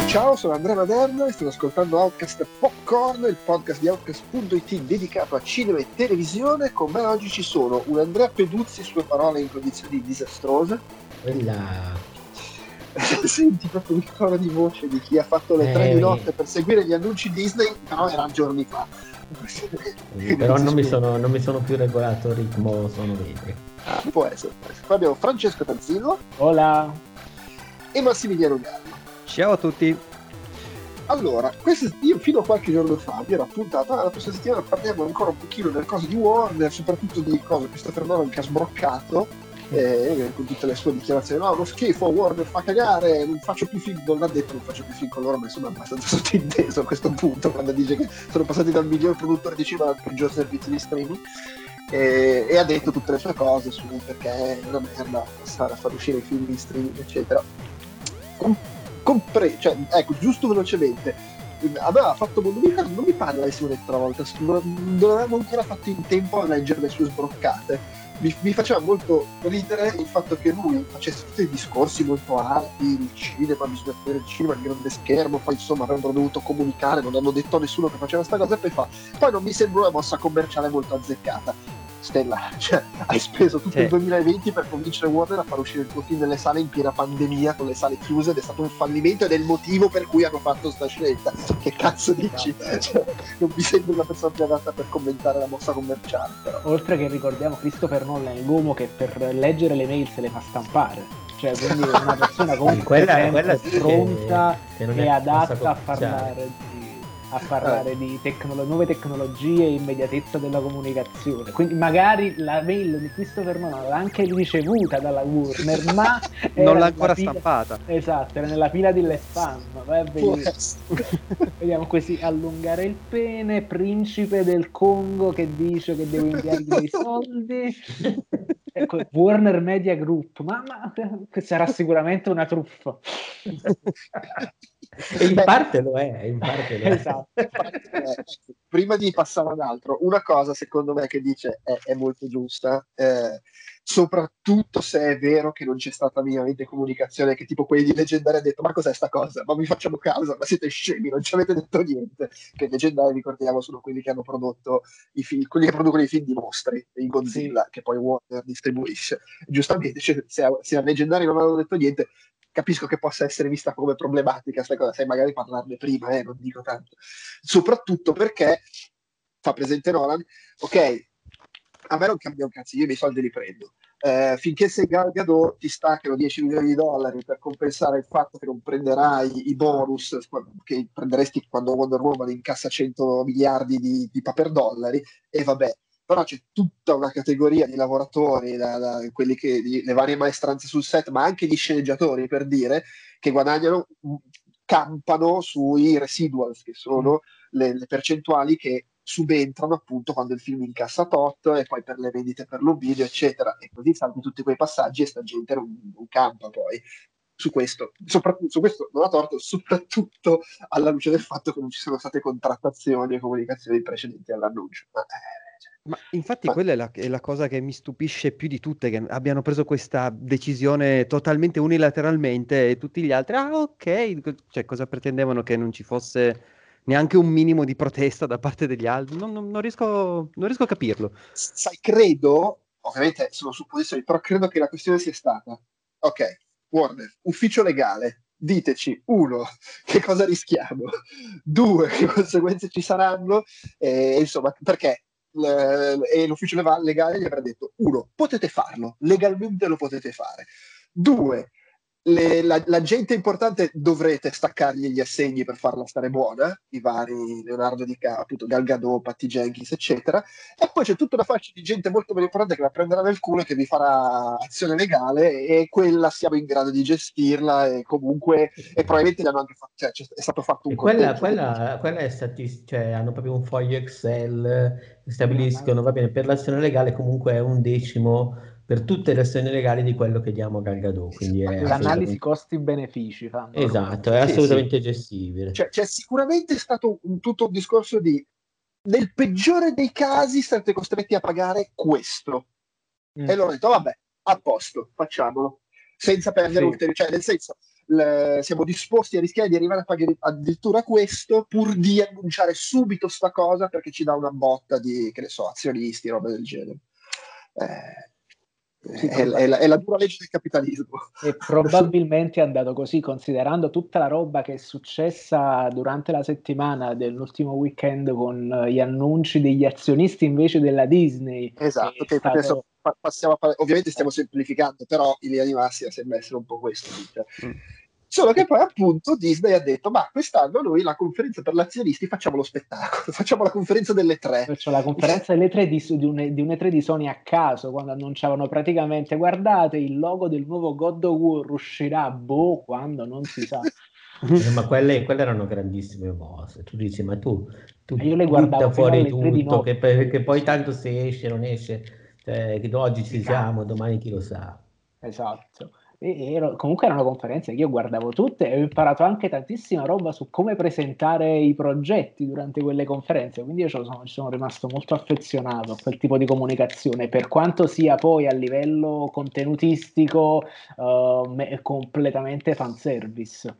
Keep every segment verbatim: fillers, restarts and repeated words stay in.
Ciao, sono Andrea Maderna e sto ascoltando Outcast Popcorn, il podcast di Outcast punto it dedicato a cinema e televisione. Con me oggi ci sono un Andrea Peduzzi, sue parole in condizioni disastrose. Quella... Senti proprio il tono di voce di chi ha fatto le Eh, tre di mi- notte per seguire gli annunci Disney, però era giorni fa. sì, però non mi, sono, non mi sono più regolato il ritmo sonometri. Ah, può essere, può essere. Poi abbiamo Francesco Tazzillo Hola. e Massimiliano Gallo. Ciao a tutti. Allora, questo, io fino a qualche giorno fa mi ero appuntato, ah, la prossima settimana parliamo ancora un pochino delle cose di Warner, soprattutto di cose che Christopher Nolan che ha sbroccato, eh, con tutte le sue dichiarazioni, no, lo schifo, Warner fa cagare, non faccio più film, non l'ha detto non faccio più film con loro, ma insomma è abbastanza sottinteso a questo punto, quando dice che sono passati dal miglior produttore di cinema al peggior servizio di streaming. E, e ha detto tutte le sue cose su perché è una merda passare a far uscire i film in streaming, eccetera. Com- compre- cioè, ecco, giusto velocemente, aveva fatto non mi, non mi pare l'avessimo detto una volta, non, non avevamo ancora fatto in tempo a leggere le sue sbroccate. Mi, mi faceva molto ridere il fatto che lui facesse tutti i discorsi molto alti, il cinema, bisogna vedere il cinema, il grande schermo, poi insomma avrebbero dovuto comunicare, non hanno detto a nessuno che faceva sta cosa, e poi fa, poi non mi sembra una mossa commerciale molto azzeccata. Stella, cioè, hai speso tutto Sì. il duemilaventi per convincere Warner a far uscire il tuo film nelle sale in piena pandemia, con le sale chiuse, ed è stato un fallimento ed è il motivo per cui hanno fatto sta scelta. Che cazzo dici? Cioè, non mi sembra una persona più adatta per commentare la mossa commerciale, però. Oltre che ricordiamo Christopher Nolan è l'uomo che per leggere le mail se le fa stampare, cioè quindi è una persona comunque Quella- sempre quella sì che- pronta che non è e adatta cosa a parlare commerciale. di, a parlare di tecnolo- nuove tecnologie e immediatezza della comunicazione. Quindi magari la mail di Christopher Nolan l'ha anche ricevuta dalla Warner, ma era Non l'ha nella ancora pila- stampata. Esatto, era nella pila delle spam. Vai a Può vedere. essere. Vediamo così, allungare il pene, principe del Congo che dice che devo inviargli dei soldi. Ecco, Warner Media Group, ma, ma sarà sicuramente una truffa. E in Beh, parte lo è, in parte lo è. Esatto. eh, ecco, prima di passare ad altro, una cosa secondo me che dice è, è molto giusta, eh, soprattutto se è vero che non c'è stata minimamente comunicazione, che tipo quelli di Leggendari ha detto ma cos'è sta cosa? Ma vi facciamo causa? Ma siete scemi, non ci avete detto niente. Che Leggendari, ricordiamo, sono quelli che hanno prodotto i film, quelli che producono i film di mostri, in Godzilla, che poi Warner distribuisce. Giustamente, cioè, se, a, se a Leggendari non hanno detto niente, capisco che possa essere vista come problematica questa cosa, sai, magari parlarne prima, eh, non dico tanto. Soprattutto perché fa presente Nolan, ok, a me non cambia un cazzo, io i miei soldi li prendo. Eh, finché sei Gal Gadot ti staccano dieci milioni di dollari per compensare il fatto che non prenderai i bonus che prenderesti quando Wonder Woman incassa cento miliardi di, di paper dollari, e vabbè. Però c'è tutta una categoria di lavoratori, da, da, quelli che di, le varie maestranze sul set, ma anche gli sceneggiatori, per dire, che guadagnano, campano sui residuals, che sono le, le percentuali che subentrano appunto quando il film incassa tot e poi per le vendite per l'home video, eccetera, e così salvi tutti quei passaggi e sta gente non, non campa poi. Su questo, soprattutto, su questo non ha torto, soprattutto alla luce del fatto che non ci sono state contrattazioni e comunicazioni precedenti all'annuncio. Ma, eh, cioè, Ma infatti ma- quella è la, è la cosa che mi stupisce più di tutte, che abbiano preso questa decisione totalmente unilateralmente e tutti gli altri, ah ok, cioè cosa pretendevano, che non ci fosse neanche un minimo di protesta da parte degli altri? Non, non- non riesco, non riesco a capirlo. sai, credo, ovviamente sono supposizioni, però credo che la questione sia stata, ok, Warner, ufficio legale, diteci, uno, che cosa rischiamo, due, che conseguenze ci saranno, e, insomma, perché l- e l'ufficio leva- legale gli avrà detto, uno, potete farlo, legalmente lo potete fare, due, le- la, la gente importante dovrete staccargli gli assegni per farla stare buona, i vari Leonardo DiCaprio, appunto Gal Gadot, Patty Jenkins, eccetera, e poi c'è tutta una fascia di gente molto meno importante che la prenderà nel culo e che vi farà azione legale, e quella siamo in grado di gestirla, e comunque e probabilmente gli hanno anche fatto, cioè, c'è- è stato fatto un E quella, conteggio. quella, quella è stati, cioè, hanno proprio un foglio Excel, eh, stabiliscono, va bene, per l'azione legale comunque è un decimo per tutte le azioni legali di quello che diamo a Gal Gadot, quindi è L'analisi assolutamente, costi-benefici fanno ormai. esatto, è Sì, sì. assolutamente gestibile. Cioè, c'è sicuramente stato un, tutto un discorso di nel peggiore dei casi sarete costretti a pagare questo. Mm. E loro hanno detto, vabbè, a posto, facciamolo, senza perdere Sì. ulteriori, cioè nel senso, le, siamo disposti a rischiare di arrivare a pagare addirittura questo pur di annunciare subito sta cosa perché ci dà una botta di, che ne so, azionisti, roba del genere. Eh, Sì, è, è, la, è la dura legge del capitalismo. E probabilmente è andato così, considerando tutta la roba che è successa durante la settimana dell'ultimo weekend con gli annunci degli azionisti invece della Disney. Esatto, che è che stato... adesso passiamo a fare, ovviamente stiamo semplificando, però in linea di massima sembra essere un po' questo. Cioè. Mm. Solo che poi appunto Disney ha detto ma quest'anno noi la conferenza per gli azionisti facciamo lo spettacolo, facciamo la conferenza delle tre. Faccio la conferenza delle tre di, di, un, di un E tre di Sony a caso, quando annunciavano praticamente guardate il logo del nuovo God of War uscirà, boh, quando non si sa. Eh, ma quelle, quelle erano grandissime cose. Tu dici ma tu, tu io le guardavo fuori fino alle tutto, che, che poi sì. tanto se esce non esce, cioè, che oggi ci siamo, domani chi lo sa. Esatto. E ero, comunque erano conferenze che io guardavo tutte e ho imparato anche tantissima roba su come presentare i progetti durante quelle conferenze, quindi io ci sono, ci sono rimasto molto affezionato a quel tipo di comunicazione, per quanto sia poi a livello contenutistico uh, me, completamente fanservice.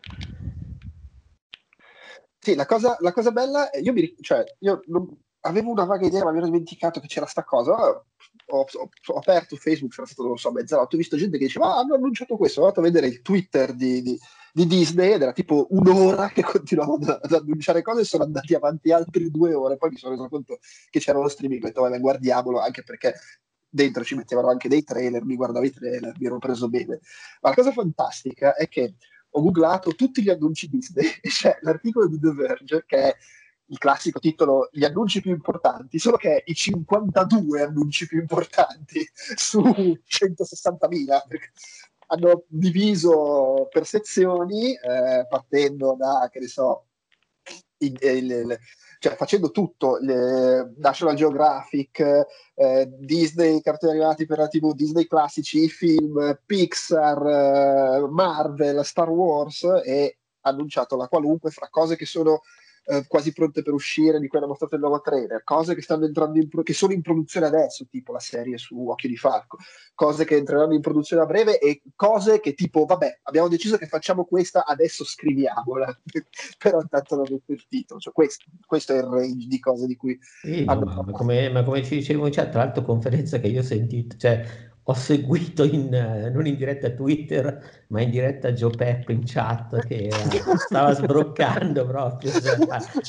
Sì, la cosa, la cosa bella, io mi cioè, io non, avevo una vaga idea, ma mi ero dimenticato che c'era sta cosa. Ho, ho, ho aperto Facebook, sarà stato, non so, mezzanotte, ho visto gente che diceva, ah, hanno annunciato questo, ho andato a vedere il Twitter di, di, di Disney ed era tipo un'ora che continuavano ad, ad annunciare cose e sono andati avanti altre due ore, poi mi sono reso conto che c'era lo streaming, ho detto, vabbè, guardiamolo, anche perché dentro ci mettevano anche dei trailer, mi guardavo i trailer, mi ero preso bene. Ma la cosa fantastica è che ho googlato tutti gli annunci Disney e c'è l'articolo di The Verge che è il classico titolo gli annunci più importanti, solo che è i cinquantadue annunci più importanti su centosessantamila, perché hanno diviso per sezioni eh, partendo da, che ne so, il, il, il, cioè facendo tutto, le, National Geographic, eh, Disney, cartoni animati per la tivù, Disney classici, i film, Pixar, eh, Marvel, Star Wars, e annunciato la qualunque fra cose che sono eh, quasi pronte per uscire, di cui hanno mostrato il nuovo trailer, cose che stanno entrando in pro- che sono in produzione adesso, tipo la serie su Occhio di Falco, cose che entreranno in produzione a breve e cose che tipo, vabbè, abbiamo deciso che facciamo questa, adesso scriviamola, però intanto non ho detto il titolo, cioè, questo, questo è il range di cose di cui sì, hanno no, ma, ma, come, ma come ci dicevo in chat, tra l'altro conferenza che io ho sentito, cioè ho seguito in, uh, non in diretta Twitter, ma in diretta Joe Pep in chat che era, stava sbroccando proprio, cioè,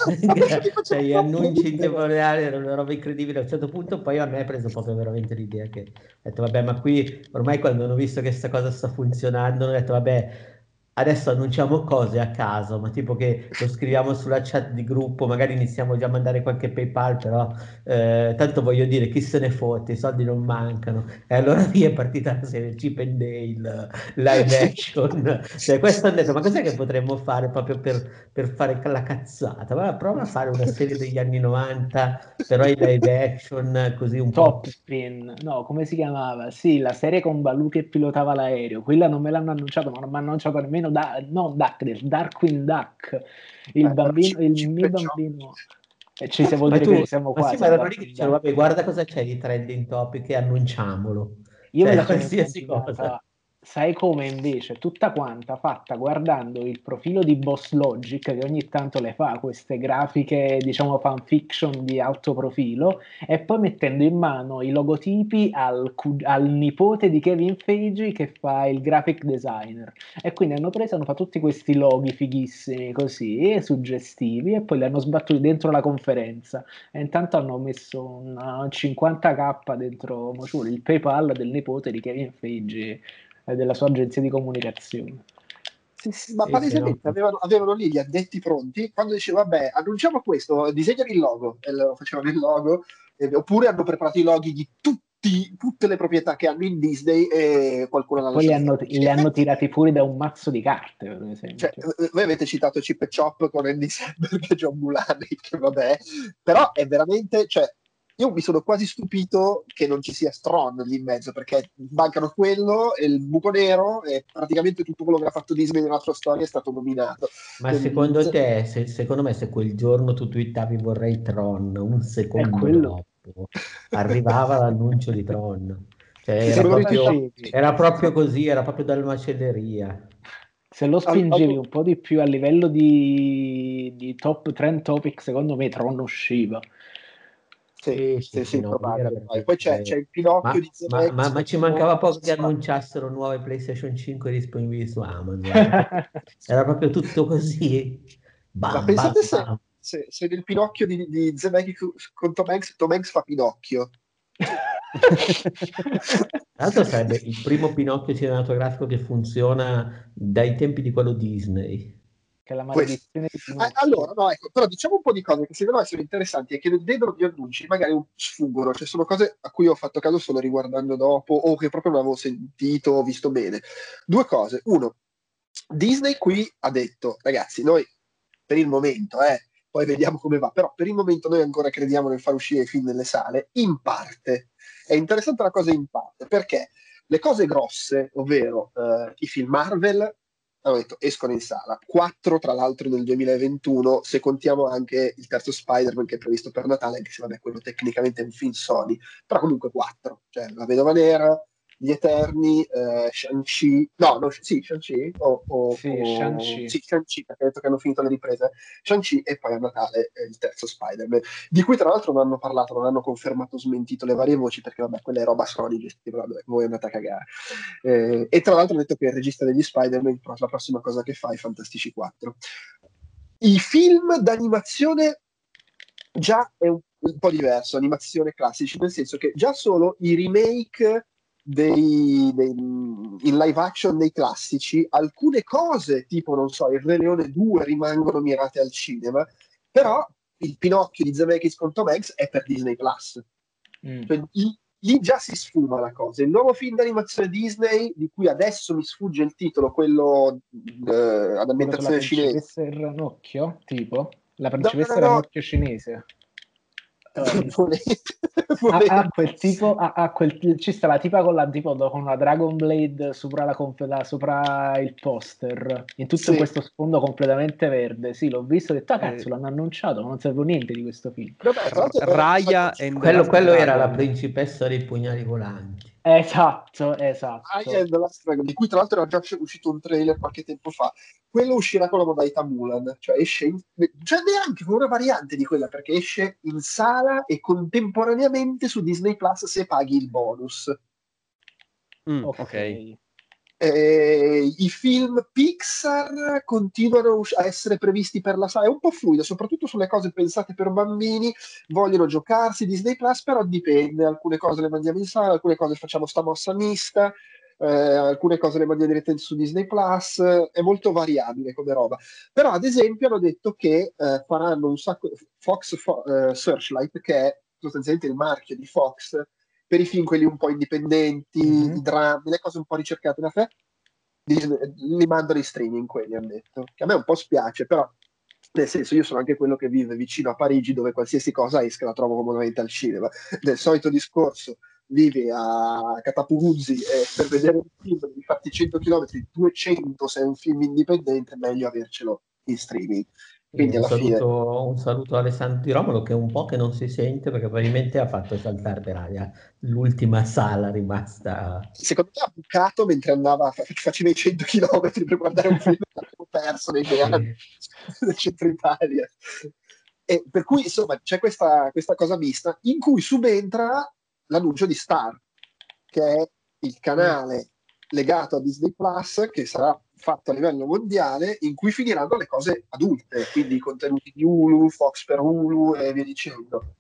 cioè, gli annunci in tempo reale erano una roba incredibile. A un certo punto poi a me ha preso proprio veramente l'idea che ho detto vabbè, ma qui ormai quando hanno visto che questa cosa sta funzionando, hanno detto vabbè, adesso annunciamo cose a caso, ma tipo che lo scriviamo sulla chat di gruppo, magari iniziamo già a mandare qualche PayPal, però eh, tanto voglio dire, chi se ne fotte, i soldi non mancano. E allora lì è partita la serie Chip and Dale, live action. Cioè, questo hanno detto, ma cos'è che potremmo fare proprio per, per fare la cazzata? Ma prova a fare una serie degli anni novanta, però in live action, così un po'... Top Spin, no, come si chiamava? Sì, la serie con Balù che pilotava l'aereo, quella non me l'hanno annunciato, ma non mi hanno annunciato nemmeno da, no, Duck, Darkwing Duck, il eh, bambino, c- il c- mio c- bambino, e ci si vuol Ma dire che tu, ci siamo ma sì, quasi ma a erano lì che Darkwing dicevano, Duck. vabbè, guarda cosa c'è di trending topic e annunciamolo. Io me Cioè, la sono qualsiasi cosa. immaginata, sai come invece, tutta quanta fatta guardando il profilo di Boss Logic, che ogni tanto le fa queste grafiche, diciamo, fanfiction di alto profilo, e poi mettendo in mano i logotipi al, al nipote di Kevin Feige che fa il graphic designer. E quindi hanno preso, hanno fatto tutti questi loghi fighissimi così, suggestivi, e poi li hanno sbattuti dentro la conferenza. E intanto hanno messo una cinquanta k dentro il PayPal del nipote di Kevin Feige e della sua agenzia di comunicazione. Sì, sì, ma Sì, sì, no. palesemente avevano, avevano lì gli addetti pronti quando dicevo vabbè annunciamo questo, disegnami il logo e lo facevano il logo, eh, oppure hanno preparato i loghi di tutti, tutte le proprietà che hanno in Disney e qualcuno l'ha Poi li lasciato hanno, fare. li hanno tirati fuori da un mazzo di carte, per Cioè, esempio. voi avete citato Chip e Chop con Andy Samberg e John Mulaney, che vabbè, però è veramente, cioè, io mi sono quasi stupito che non ci sia Stron lì in mezzo, perché mancano quello e il buco nero e praticamente tutto quello che ha fatto Disney nella sua storia è stato nominato. Ma secondo te, se, secondo me, se quel giorno tu twittavi vorrei Tron, un È secondo quello. dopo arrivava l'annuncio di Tron. Cioè, Sì, era se lo proprio, rituscevi. era proprio così, era proprio dalla macelleria. Se lo spingevi Allora- un po' di più a livello di, di top trend topic, secondo me Tron usciva. Sì, Sì, sì, sì, sì, sì, no, lì era probabile. Dai. Poi c'è, veramente... c'è il Pinocchio Ma, di ma- ma- Zemeckis ma con ci Tom mancava Hanks. poco che annunciassero nuove PlayStation cinque disponibili su Amazon. Era proprio, era proprio tutto così. Ma Bam, bam, pensate se, bam. se, se nel Pinocchio di, di Zemeckis con Tom Hanks, Tom Hanks fa Pinocchio. Tra l'altro sarebbe il primo Pinocchio cinematografico che funziona dai tempi di quello Disney. Che è la Questo. maledizione di Eh, Pinocchio. allora, no, ecco, però diciamo un po' di cose che secondo me sono interessanti e che vedono gli annunci, magari un- sfuggono, cioè sono cose a cui ho fatto caso solo riguardando dopo o che proprio non avevo sentito o visto bene. Due cose. Uno, Disney qui ha detto, ragazzi, noi per il momento, eh, poi vediamo come va, però per il momento noi ancora crediamo nel far uscire i film nelle sale, in parte. È interessante la cosa in parte, perché le cose grosse, ovvero eh, i film Marvel, hanno detto escono in sala, quattro tra l'altro nel duemilaventuno, se contiamo anche il terzo Spider-Man che è previsto per Natale, anche se vabbè quello tecnicamente è un film Sony, però comunque quattro, cioè La Vedova Nera, Gli Eterni, eh, Shang-Chi, no, no, sì, Shang-Chi, o, o, Sì, o- Shang-Chi. sì, Shang-Chi, perché ha detto che hanno finito le riprese, Shang-Chi e poi a Natale eh, il terzo Spider-Man, di cui tra l'altro non hanno parlato, non hanno confermato, smentito le varie voci, perché vabbè, quella è roba Sony, gestita, vabbè, voi andate a cagare. Eh, e tra l'altro ha detto che il regista degli Spider-Man, la prossima cosa che fa è Fantastici quattro. I film d'animazione già è un, un po' diverso, animazione classici, nel senso che già solo i remake dei, dei- in live action dei classici, alcune cose, tipo, non so, il Re Leone due rimangono mirate al cinema, però il Pinocchio di Zemeckis con Tom Hanks è per Disney Plus. Mm. Cioè, lì, lì già si sfuma la cosa. Il nuovo film d'animazione Disney, di cui adesso mi sfugge il titolo, quello eh, ad Quello sulla ambientazione cinese. principessa e il ranocchio, tipo? La No, no, principessa e no, il no. ranocchio cinese. Eh, Volete, ha, volete. ha quel tipo, ha, ha quel, ci sta la tipa con la, tipo, con una Dragon Blade sopra, la, conf- la- sopra il poster, in tutto Sì. questo sfondo completamente verde. Sì, l'ho visto e ho detto, ah cazzo, Eh, l'hanno annunciato, ma non sapevo niente di questo film. Vabbè, tra l'altro, Raya eh, and the Quello, Last quello era la Dragon. principessa dei pugnali volanti. Esatto, esatto. Aya and the Last Dragon, di cui tra l'altro era già uscito un trailer qualche tempo fa. Quello uscirà con la modalità Mulan, cioè esce in, cioè neanche con una variante di quella, perché esce in sala e contemporaneamente su Disney Plus se paghi il bonus. Mm, Ok. ok. Eh, I film Pixar continuano a us- a essere previsti per la sala, è un po' fluido, soprattutto sulle cose pensate per bambini, vogliono giocarsi Disney Plus, però dipende, alcune cose le mandiamo in sala, alcune cose facciamo sta mossa mista, eh, alcune cose le mandiamo direttamente su Disney Plus, è molto variabile come roba. Però ad esempio hanno detto che eh, faranno un sacco, Fox Fo- eh, Searchlight, che è sostanzialmente il marchio di Fox, per i film quelli un po' indipendenti, Mhm. i drammi, le cose un po' ricercate da te, li, li mandano in streaming quelli, hanno detto. Che a me un po' spiace, però nel senso io sono anche quello che vive vicino a Parigi dove qualsiasi cosa esca la trovo comodamente al cinema. Del solito discorso, vivi a Catapuzzi e per vedere un film di fatti cento chilometri, duecento se è un film indipendente, è meglio avercelo in streaming. E Quindi un alla fine saluto, un saluto a Alessandro Di Romolo che un po' che non si sente perché probabilmente ha fatto saltare per aria l'ultima sala rimasta. secondo me ha bucato mentre andava, fa- faceva i cento chilometri per guardare un film che avevo perso nei miei anni Sì. nel centro Italia. E per cui insomma c'è questa, questa cosa mista in cui subentra l'annuncio di Star, che è il canale legato a Disney Plus che sarà fatto a livello mondiale, in cui finiranno le cose adulte, quindi i contenuti di Hulu, Fox per Hulu e via dicendo.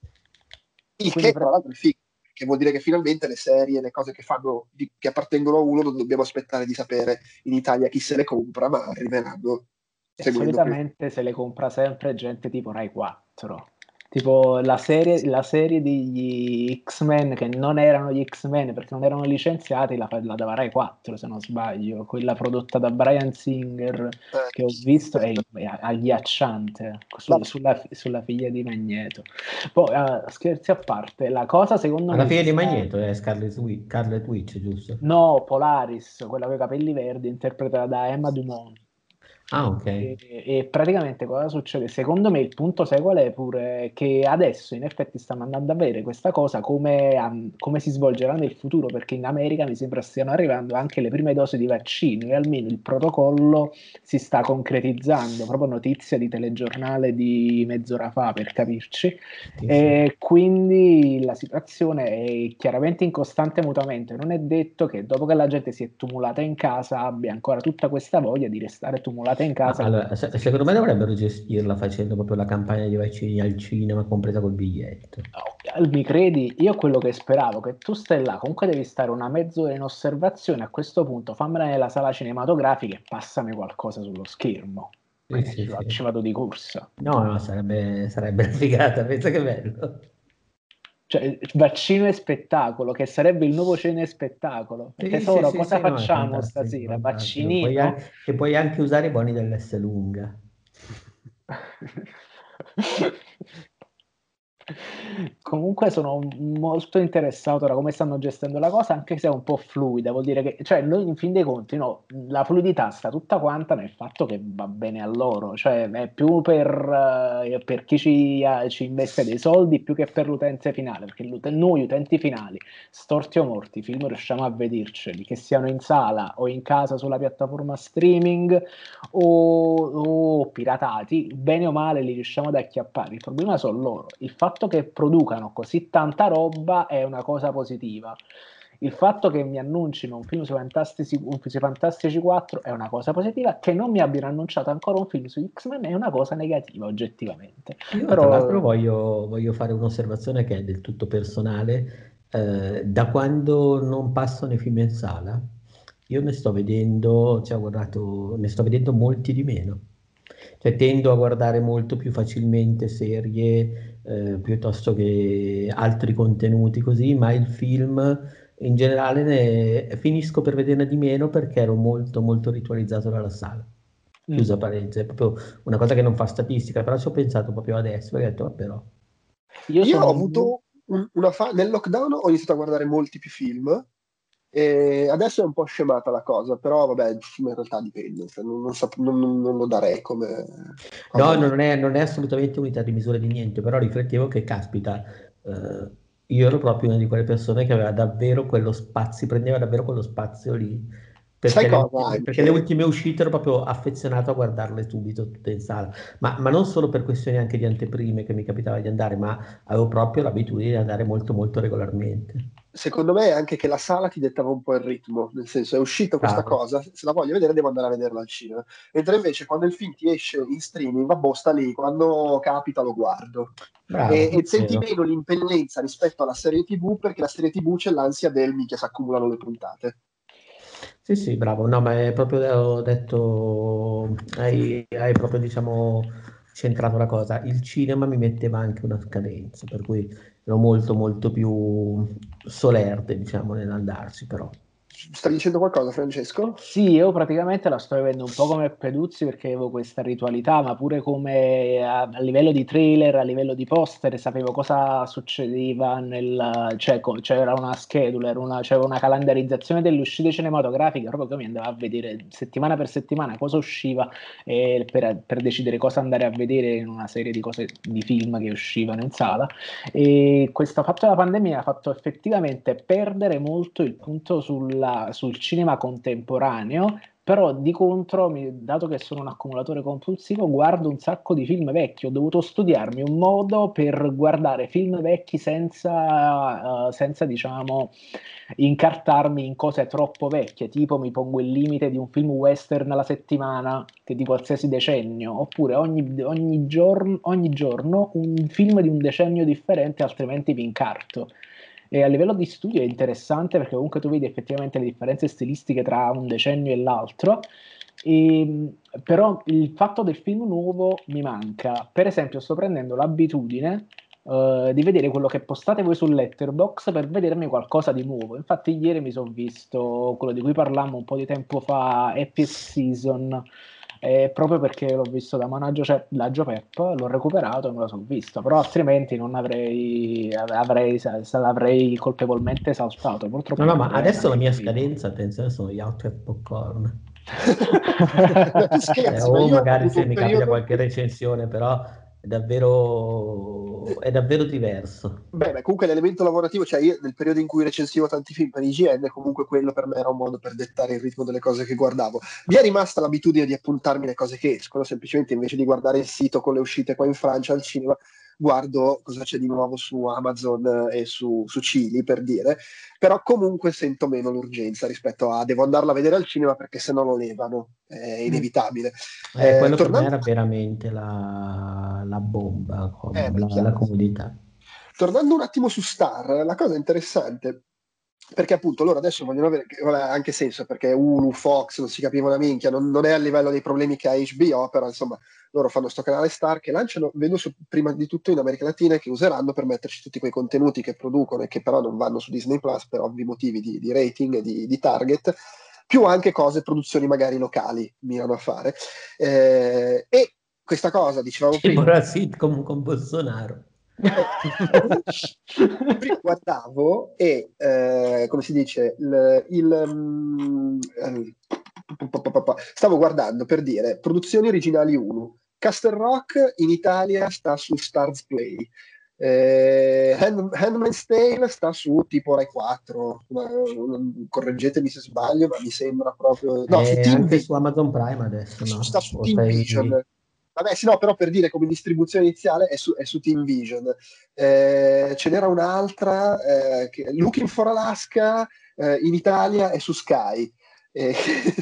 Il Quindi che tra l'altro è figo, che vuol dire che finalmente le serie, le cose che fanno, di- che appartengono a uno, non dobbiamo aspettare di sapere in Italia chi se le compra, ma arriveranno E seguendo questo. solitamente se le compra sempre gente tipo Rai quattro. Tipo la serie, la serie degli X-Men che non erano gli X-Men perché non erano licenziati, la, fa- la dava Rai quattro se non sbaglio. Quella prodotta da Bryan Singer Eh, che ho visto è, è agghiacciante su- vabbè, sulla, sulla figlia di Magneto. Poi, eh, scherzi a parte, la cosa secondo Alla me fine che di sta... Magneto è Scarlet Witch, Scarlet Witch, giusto? No, Polaris, quella con i capelli verdi, interpretata da Emma Dumont. Ah, ok. E, e praticamente cosa succede? Secondo me il punto sai qual è pure? Che adesso in effetti stanno andando a vedere questa cosa come, am- come si svolgerà nel futuro, perché in America mi sembra stiano arrivando anche le prime dosi di vaccino e almeno il protocollo si sta concretizzando, proprio notizia di telegiornale di mezz'ora fa per capirci. Sì, sì. E quindi la situazione è chiaramente in costante mutamento. Non è detto che dopo che la gente si è tumulata in casa abbia ancora tutta questa voglia di restare tumulata in Ma casa. allora, se- secondo me dovrebbero gestirla facendo proprio la campagna di vaccini al cinema, compresa col biglietto. No, mi credi? Io quello che speravo, che tu stai là, comunque devi stare una mezz'ora in osservazione, a questo punto fammela nella sala cinematografica e passami qualcosa sullo schermo. Sì, Eh, sì, ci va- sì. ci vado di corsa. No, no, sarebbe, sarebbe una figata, pensa che bello. Cioè, vaccino e spettacolo, che sarebbe il nuovo cine e spettacolo. Sì, sì, Tesoro, sì, cosa sì, no, è facciamo fantastico, stasera? fantastico. Puoi Vaccinino? an- che puoi anche usare i buoni dell'S lunga. Comunque sono molto interessato da come stanno gestendo la cosa, anche se è un po' fluida, vuol dire che, cioè, noi in fin dei conti, no, la fluidità sta tutta quanta nel fatto che va bene a loro, cioè è più per, eh, per chi ci, eh, ci investe dei soldi più che per l'utente finale, perché l'uten- noi utenti finali, storti o morti, i film riusciamo a vederceli, che siano in sala o in casa sulla piattaforma streaming o, o piratati, bene o male li riusciamo ad acchiappare. Il problema sono loro. Il fatto che producano così tanta roba è una cosa positiva. Il fatto che mi annuncino un film sui Fantastici, un, sui Fantastici quattro è una cosa positiva, che non mi abbiano annunciato ancora un film su X-Men è una cosa negativa oggettivamente. Io tra l'altro Però voglio, voglio fare un'osservazione che è del tutto personale. Eh, da quando non passano i film in sala, io ne sto vedendo, cioè ho guardato, ne sto vedendo molti di meno. Cioè tendo a guardare molto più facilmente serie, eh, piuttosto che altri contenuti così, ma il film in generale ne, finisco per vederne di meno perché ero molto molto ritualizzato dalla sala. mm, Chiusa parentesi, è proprio una cosa che non fa statistica, però ci ho pensato proprio adesso, perché ho detto, "Ah, però." io Io sono ho molto. avuto un- una fa- nel lockdown ho iniziato a guardare molti più film e adesso è un po' scemata la cosa, però vabbè, il film in realtà dipende, cioè, non, non sap- non- non- non lo darei come No, cosa. no, non è, non è assolutamente unità di misura di niente, però riflettevo che, caspita, eh, io ero proprio una di quelle persone che aveva davvero quello spazio, prendeva davvero quello spazio lì, Sai perché le cosa ultime, perché le anche? ultime uscite ero proprio affezionato a guardarle subito, tutte in sala, ma, ma non solo per questioni anche di anteprime che mi capitava di andare, ma avevo proprio l'abitudine di andare molto, molto regolarmente. Secondo me è anche che la sala ti dettava un po' il ritmo, nel senso è uscita questa Bravo. cosa, se la voglio vedere devo andare a vederla al cinema, mentre invece quando il film ti esce in streaming, vabbè, sta lì, quando capita lo guardo. E, Bravo, e senti vero. meno l'impendenza rispetto alla serie T V perché la serie T V c'è l'ansia del minchia si accumulano le puntate. Sì, sì, bravo. No, ma è proprio, ho detto, hai, hai proprio, diciamo, centrato la cosa. Il cinema mi metteva anche una scadenza, per cui ero molto, molto più solerte, diciamo, nell'andarci, però. Stavi dicendo qualcosa, Francesco? Sì, io praticamente la sto vivendo un po' come Peduzzi perché avevo questa ritualità, ma pure come a, a livello di trailer, a livello di poster, sapevo cosa succedeva nel, cioè co- c'era una schedule, era una, c'era una calendarizzazione delle uscite cinematografiche, proprio che mi andava a vedere settimana per settimana cosa usciva eh, per, per decidere cosa andare a vedere in una serie di cose, di film che uscivano in sala. E questo fatto della pandemia ha fatto effettivamente perdere molto il punto sulla- sul cinema contemporaneo, però di contro, mi- dato che sono un accumulatore compulsivo, guardo un sacco di film vecchi. Ho dovuto studiarmi un modo per guardare film vecchi senza, eh, senza, diciamo, incartarmi in cose troppo vecchie, tipo mi pongo il limite di un film western alla settimana, che di qualsiasi decennio, oppure ogni, ogni giorno, ogni giorno un film di un decennio differente, altrimenti vi incarto. E a livello di studio è interessante perché comunque tu vedi effettivamente le differenze stilistiche tra un decennio e l'altro. E, però il fatto del film nuovo mi manca. Per esempio, sto prendendo l'abitudine eh, di vedere quello che postate voi su Letterboxd per vedermi qualcosa di nuovo. Infatti, ieri mi sono visto quello di cui parlammo un po' di tempo fa, Happiest Season. eh, proprio perché l'ho visto da Managgio Ce- da Gio Pep, l'ho recuperato e me lo sono visto, però altrimenti non avrei, avrei, sa- sa- l'avrei colpevolmente saltato. No, Purtroppo no, non ma avrei adesso la mia capito. scadenza, attenzione, sono gli Out of Popcorn. No, tu Eh, scherzi, ma o io ho magari avuto se un mi capita periodo... qualche recensione, però è davvero, è davvero diverso. Beh, beh, comunque l'elemento lavorativo, cioè io nel periodo in cui recensivo tanti film per I G N, comunque quello per me era un modo per dettare il ritmo delle cose che guardavo. Mi è rimasta l'abitudine di appuntarmi le cose che escono, semplicemente invece di guardare il sito con le uscite qua in Francia al cinema, guardo cosa c'è di nuovo su Amazon e su, su Cili, per dire, però comunque sento meno l'urgenza rispetto a devo andarla a vedere al cinema perché se no lo levano, è inevitabile. Eh, Eh, quello per me tornando... era veramente la, la bomba, Eh, com- beh, la, la chiaro. comodità. Tornando un attimo su Star, la cosa interessante, perché appunto loro adesso vogliono avere, che vabbè, ha anche senso, perché Hulu, Fox, non si capiva una minchia, non, non è a livello dei problemi che ha H B O, però insomma loro fanno sto canale Star che lanciano, vedo su- prima di tutto in America Latina, e che useranno per metterci tutti quei contenuti che producono e che però non vanno su Disney Plus per ovvi motivi di, di rating e di, di target, più anche cose, produzioni magari locali, mirano a fare. Eh, e questa cosa, dicevamo Tipo prima, la sitcom con Bolsonaro. prima guardavo e eh, come si dice il, il, mm, eh, stavo guardando per dire produzioni originali uno. Castle Rock in Italia sta su Stars Play, eh, Hand, Handmaid's Tale sta su tipo Rai quattro, ma, mm, correggetemi se sbaglio, ma mi sembra proprio no, su E Team anche V, su Amazon Prime adesso, su- no? sta su O Team sei... Vision. Vabbè, sì, no, però per dire come distribuzione iniziale è su, è su Team Vision. Eh, ce n'era un'altra, eh, che, Looking for Alaska, eh, in Italia è su Sky. Eh,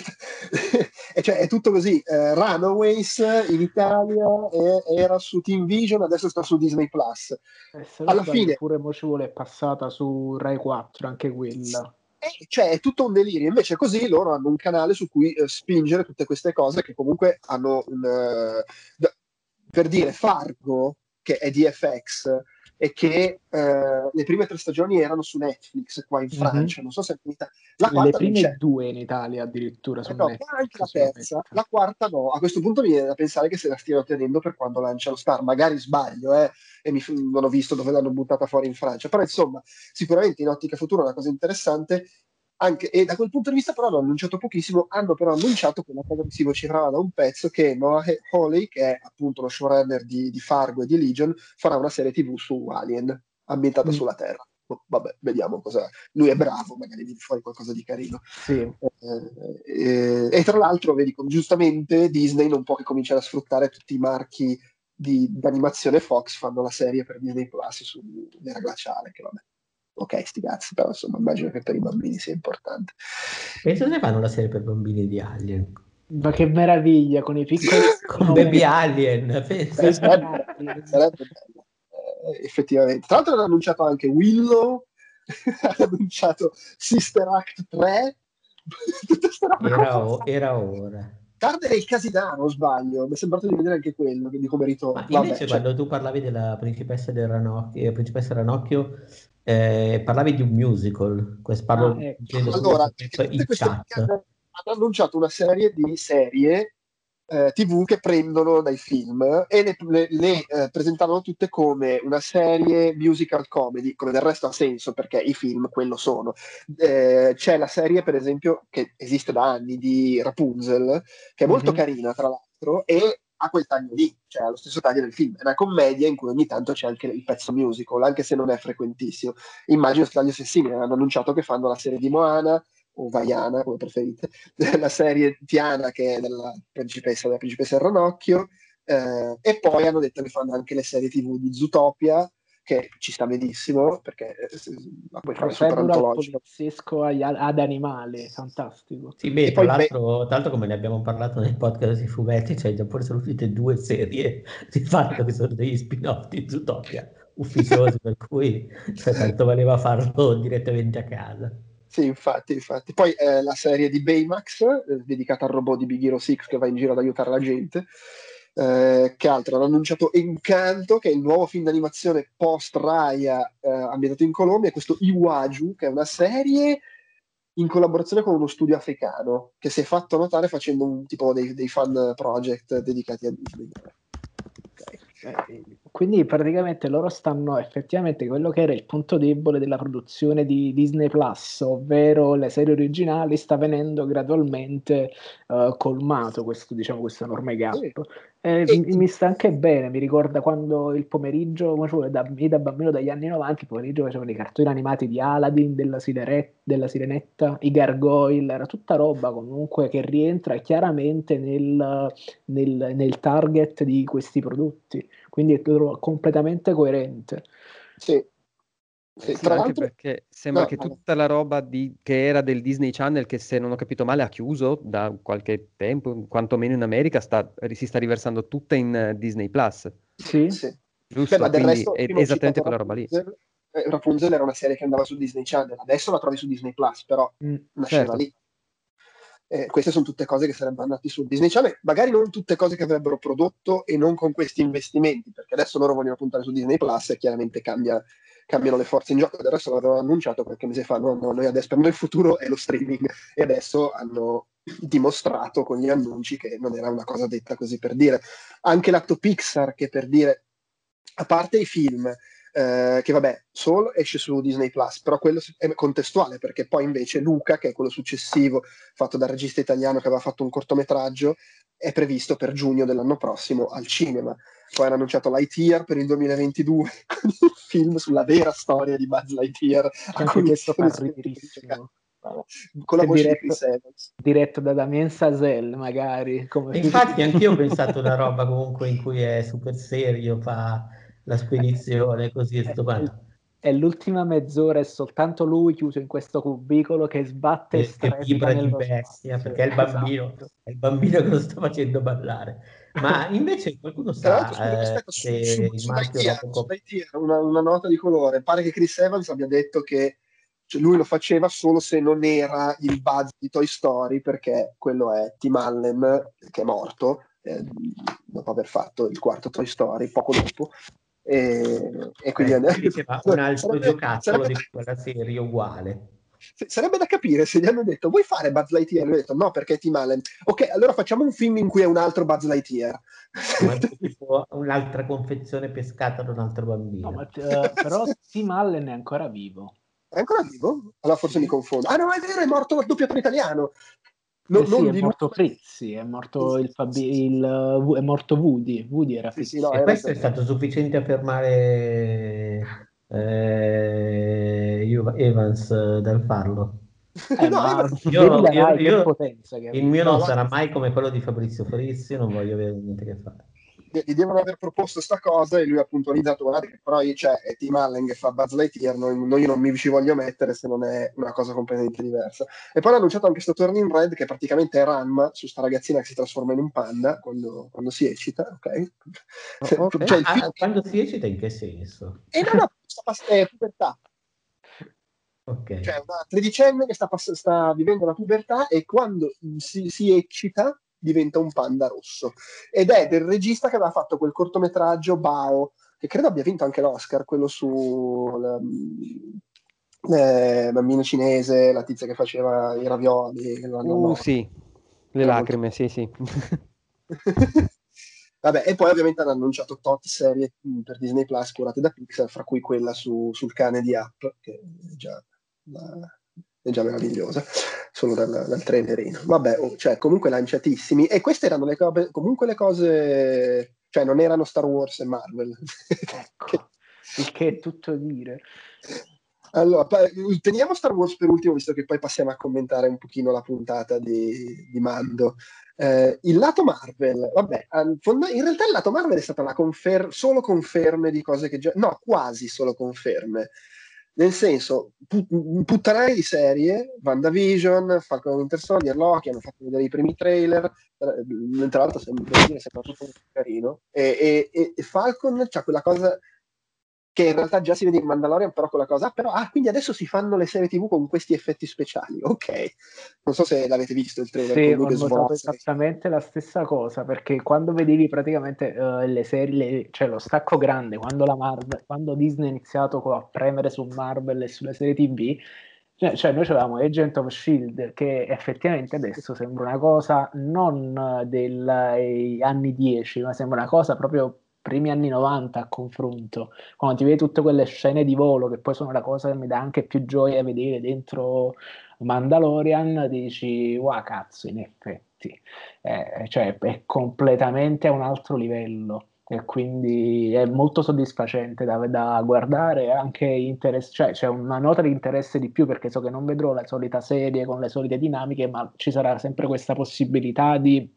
e cioè, è tutto così. Eh, Runaways in Italia è- era su Team Vision, adesso sta su Disney Plus. Eh, se non Alla sbaglio, fine, pure Mo ci vuole è passata su Rai quattro, anche quella. eh, cioè, è tutto un delirio. Invece, così loro hanno un canale su cui eh, spingere tutte queste cose che comunque hanno un. eh, da- per dire, Fargo, che è di F X, e che eh, le prime tre stagioni erano su Netflix qua in Mhm. Francia, non so se in Italia. La Le quarta non c'è. prime due in Italia addirittura Eh su no, ma anche Netflix la terza, solamente. la quarta no. A questo punto mi viene da pensare che se la stiano tenendo per quando lancia lo Star. Magari sbaglio, eh, e mi, non ho visto dove l'hanno buttata fuori in Francia. Però insomma, sicuramente in ottica futura è una cosa interessante. Anche, e da quel punto di vista però hanno annunciato pochissimo, hanno però annunciato quella cosa che si vociferava da un pezzo, che Noah Hawley, che è appunto lo showrunner di, di Fargo e di Legion, farà una serie T V su Alien, ambientata Mm, sulla Terra. Boh, vabbè, vediamo cosa. Lui è bravo, magari viene fuori qualcosa di carino. sì. Eh, eh, e tra l'altro, vedi, com- giustamente Disney non può che cominciare a sfruttare tutti i marchi di, d'animazione Fox, fanno la serie per Disney Plus sull'era glaciale, che vabbè, ok, sti cazzi, però insomma immagino che per i bambini sia importante. Penso che fanno la serie per bambini di Alien. Ma che meraviglia, con i piccoli Con Baby ometti, Alien, pensa. Beh, Baby sarebbe, Alien. sarebbe bello, eh, effettivamente. Tra l'altro hanno annunciato anche Willow, hanno annunciato Sister Act tre, tutte queste robe qua. Era, o- era ora. Cardere il Casinaro, sbaglio, mi è sembrato di vedere anche quello, di come ritorno. Ma Vabbè, invece cioè, quando tu parlavi della principessa del Ranocchio, principessa Ranocchio, eh, parlavi di un musical, questo Ah, parlo intendo ecco. allora, solo perché per tutte in queste qui chat. hanno, hanno annunciato una serie di serie eh, T V che prendono dai film e le, le- le, eh, presentavano tutte come una serie musical comedy, come del resto ha senso perché i film quello sono. Eh, c'è la serie, per esempio, che esiste da anni di Rapunzel, che è molto Mhm. carina, tra l'altro, e ha quel taglio lì, cioè ha lo stesso taglio del film. È una commedia in cui ogni tanto c'è anche il pezzo musical, anche se non è frequentissimo. Immagino che taglio sia simile. Hanno annunciato che fanno la serie di Moana o Vaiana, come preferite, la serie Tiana, che è della principessa, della principessa del Ranocchio, eh, e poi hanno detto che fanno anche le serie T V di Zootopia, che ci sta benissimo, perché eh, la puoi fare super Procedural antologica. poliziesco agli- ad animali, fantastico. Sì, beh, E tra poi, beh, l'altro, tra l'altro come ne abbiamo parlato nel podcast sui fumetti, cioè già pure sono uscite due serie di fatto che sono degli spin-off di Zootopia ufficiosi, per cui cioè, tanto valeva farlo direttamente a casa. sì, infatti, infatti. Poi eh, la serie di Baymax, eh, dedicata al robot di Big Hero sei che va in giro ad aiutare la gente. Eh, che altro? Hanno annunciato Encanto, che è il nuovo film d'animazione post-Raya eh, ambientato in Colombia, e questo Iwaju, che è una serie in collaborazione con uno studio africano, che si è fatto notare facendo un tipo dei, dei fan project dedicati a Disney. Ok. Eh, quindi praticamente loro stanno effettivamente quello che era il punto debole della produzione di Disney Plus, ovvero le serie originali, sta venendo gradualmente uh, colmato questo, diciamo, questo enorme gap. Eh, E- mi, mi sta anche bene, mi ricorda quando il pomeriggio, come cioè, da, io da bambino dagli anni novanta, il pomeriggio facevano i cartoni animati di Aladdin, della, Sirere- della Sirenetta, i Gargoyle, era tutta roba comunque che rientra chiaramente nel, nel, nel target di questi prodotti, quindi è tutto completamente coerente. Sì. Eh Sì, sì, tra anche l'altro, perché sembra no, che no, tutta la roba di- che era del Disney Channel, che se non ho capito male ha chiuso da qualche tempo, quantomeno in America, sta- si sta riversando tutta in eh, Disney Plus, Sì, sì. Beh, ma giusto? del Quindi resto, è prima ho esattamente citato quella roba lì. Rapunzel. Eh, Rapunzel era una serie che andava su Disney Channel, adesso la trovi su Disney Plus, però mm. nasceva Certo. lì. Eh, queste sono tutte cose che sarebbero andate su Disney Channel, magari non tutte cose che avrebbero prodotto e non con questi investimenti, perché adesso loro vogliono puntare su Disney Plus e chiaramente cambia, cambiano le forze in gioco. Del resto l'avevano annunciato qualche mese fa, no, no, noi adesso, per noi il futuro è lo streaming, e adesso hanno dimostrato con gli annunci che non era una cosa detta così per dire. Anche l'atto Pixar, che per dire, a parte i film, eh, che vabbè, Soul esce su Disney Plus, però quello è contestuale, perché poi invece Luca, che è quello successivo, fatto dal regista italiano che aveva fatto un cortometraggio, è previsto per giugno dell'anno prossimo al cinema. Poi hanno annunciato Lightyear per il duemilaventidue, con il film sulla vera storia di Buzz Lightyear, Che a anche cui questo fa iniziano riderissimo. con la È voce di diretto, Chris Evans. diretto da Damien Chazelle, magari, come E film. infatti anch'io ho pensato una roba comunque in cui è super serio, fa la spedizione così e È, tutto è- quanto. è l'ultima mezz'ora, è soltanto lui chiuso in questo cubicolo che sbatte e Che, che strepita vibra di nello bestia, spazio. perché è il bambino, Esatto. è il bambino che lo sta facendo ballare. Ma invece qualcuno Tra l'altro, scusa, sa eh, aspetta, su, su, se il su marchio Lightyear, su Robocop... Lightyear, una, una nota di colore. Pare che Chris Evans abbia detto che cioè, lui lo faceva solo se non era il Buzz di Toy Story, perché quello è Tim Allen, che è morto eh, dopo aver fatto il quarto Toy Story, poco dopo. E, e quindi Eh, lui diceva un altro sarebbe, giocattolo sarebbe, di quella serie uguale. sarebbe da capire se gli hanno detto vuoi fare Buzz Lightyear? Lui ha detto no, perché è Tim Allen. Ok, allora facciamo un film in cui è un altro Buzz Lightyear. Come tipo un'altra confezione pescata da un altro No, ma, bambino. eh, però Tim Allen è ancora vivo. È ancora vivo? Allora forse mi Sì. confondo. Ah no, è vero, è morto il doppiatore italiano. No- Eh sì, non è di lui, morto ma di... Frizzi, è morto Sì, il, sì, Fabi- sì, il, uh, è morto Woody, Woody era sì, sì, no, Frizzi. E hai questo è ragione. stato sufficiente a fermare eh, Eva- Evans eh, dal farlo. Eh, No, ma Evans... vedi Io, la io- Rai che io- potenza che il mio No, non guarda, sarà mai come quello di Fabrizio Frizzi, non voglio avere niente a che fare. gli devono aver proposto sta cosa e lui ha puntualizzato, guarda che però io, cioè, è Tim Allen che fa Buzz Lightyear, non, non- io non mi ci voglio mettere se non è una cosa completamente diversa. E poi hanno annunciato anche sto Turning Red, che praticamente è Ranma, su sta ragazzina che si trasforma in un panda quando, quando si eccita, ok? O- ok. Cioè Ma il film... ah, quando si eccita in che senso? E no, no, sta pass- è pubertà. Ok. Cioè una tredicenne che sta, pass- sta vivendo la pubertà e quando si, si eccita diventa un panda rosso. Ed è del regista che aveva fatto quel cortometraggio Bao, che credo abbia vinto anche l'Oscar, quello su la, eh, bambino cinese, la tizia che faceva i ravioli, la Uh, nonna, sì, le era molto... lacrime, sì, sì. Vabbè, e poi ovviamente hanno annunciato tot serie mh, per Disney Plus curate da Pixar, fra cui quella su- sul cane di Up, che è già, la- è già meravigliosa, solo dal, dal trailerino. Vabbè, oh, cioè, comunque lanciatissimi. E queste erano le cose, comunque le cose, cioè non erano Star Wars e Marvel. Che- Ecco, il che è tutto dire. Allora, pa- teniamo Star Wars per ultimo, visto che poi passiamo a commentare un pochino la puntata di, di Mando. Eh, il lato Marvel, vabbè, an- fonda- in realtà il lato Marvel è stata la confer- solo conferme di cose che già... No, quasi solo conferme. Nel senso, put- un puttanaio di serie, WandaVision, Falcon and Winter Soldier, Loki, hanno fatto vedere i primi trailer, eh, tra l'altro sembra, devo dire, sembra tutto molto carino, e, e- e Falcon c'ha quella cosa che in realtà già si vede in Mandalorian, però con la cosa, ah, però, ah, quindi adesso si fanno le serie tivù con questi effetti speciali, ok. Non so se l'avete visto il trailer Sì, con lui ho che notato svolazza. esattamente la stessa cosa, perché quando vedevi praticamente eh, le serie, le- cioè lo stacco grande, quando la Marvel, quando Disney ha iniziato co- a premere su Marvel e sulle serie T V, cioè, cioè noi avevamo Agent of Shield, che effettivamente adesso sembra una cosa non degli anni dieci, ma sembra una cosa proprio primi anni novanta a confronto, quando ti vedi tutte quelle scene di volo, che poi sono la cosa che mi dà anche più gioia vedere dentro Mandalorian, dici, wow, cazzo, in effetti, eh, cioè è completamente a un altro livello. E quindi è molto soddisfacente da, da guardare, e anche interess- cioè c'è una nota di interesse di più, perché so che non vedrò la solita serie con le solite dinamiche, ma ci sarà sempre questa possibilità di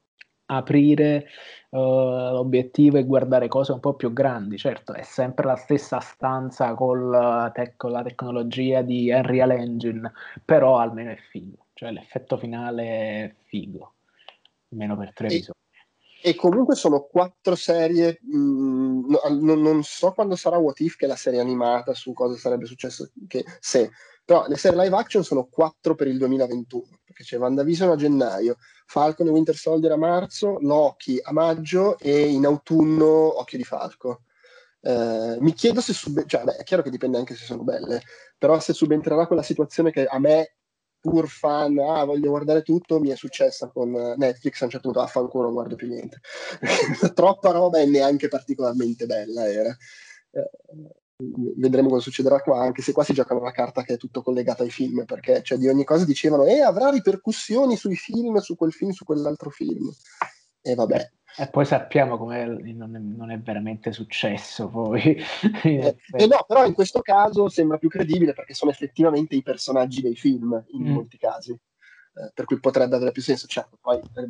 aprire uh, l'obiettivo e guardare cose un po' più grandi. Certo, è sempre la stessa stanza col tec- con la tecnologia di Unreal Engine, però almeno è figo, cioè l'effetto finale è figo, almeno per tre E, episodi. e comunque sono quattro serie, mh, no- non, non so quando sarà What If, che è la serie animata su cosa sarebbe successo, che, se, però le serie live action sono quattro per il duemilaventuno, perché c'è WandaVision a gennaio, Falcon e Winter Soldier a marzo, Loki a maggio e in autunno Occhio di Falco. Eh, mi chiedo se sub- cioè, beh, è chiaro che dipende anche se sono belle, però se subentrerà quella situazione che a me, pur fan, ah, voglio guardare tutto, mi è successa con Netflix. A un certo punto, affanculo, non guardo più niente. Troppa roba e neanche particolarmente bella era. Eh, vedremo cosa succederà qua, anche se qua si giocano la carta che è tutto collegato ai film, perché cioè, di ogni cosa dicevano, e eh, avrà ripercussioni sui film, su quel film, su quell'altro film. E vabbè. E poi sappiamo come non è, non è veramente successo poi. Eh, eh no, però in questo caso sembra più credibile perché sono effettivamente i personaggi dei film in Mm. molti casi, eh, per cui potrebbe avere più senso. Certo, poi eh,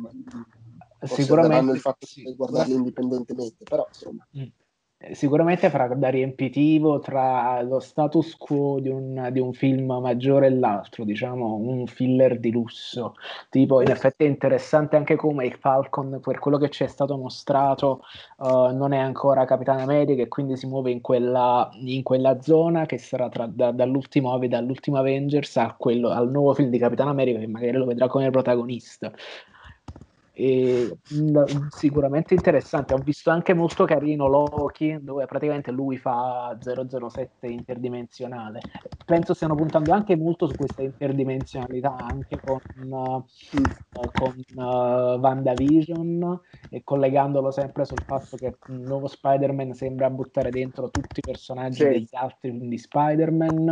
forse daranno il Sicuramente fatto sì. di guardarli indipendentemente, però insomma. Mm. Sicuramente farà da riempitivo tra lo status quo di un, di un film maggiore e l'altro, diciamo un filler di lusso. Tipo, in effetti è interessante anche come il Falcon, per quello che ci è stato mostrato, uh, non è ancora Capitano America e quindi si muove in quella, in quella zona che sarà tra, da, dall'ultimo, dall'ultimo Avengers a quello, al nuovo film di Capitano America, che magari lo vedrà come protagonista. E, mh, sicuramente interessante. Ho visto anche molto carino Loki, dove praticamente lui fa zero zero sette interdimensionale. Penso stiano puntando anche molto su questa interdimensionalità anche con, uh, con uh, WandaVision, e collegandolo sempre sul fatto che il nuovo Spider-Man sembra buttare dentro tutti i personaggi Sì. degli altri film di Spider-Man,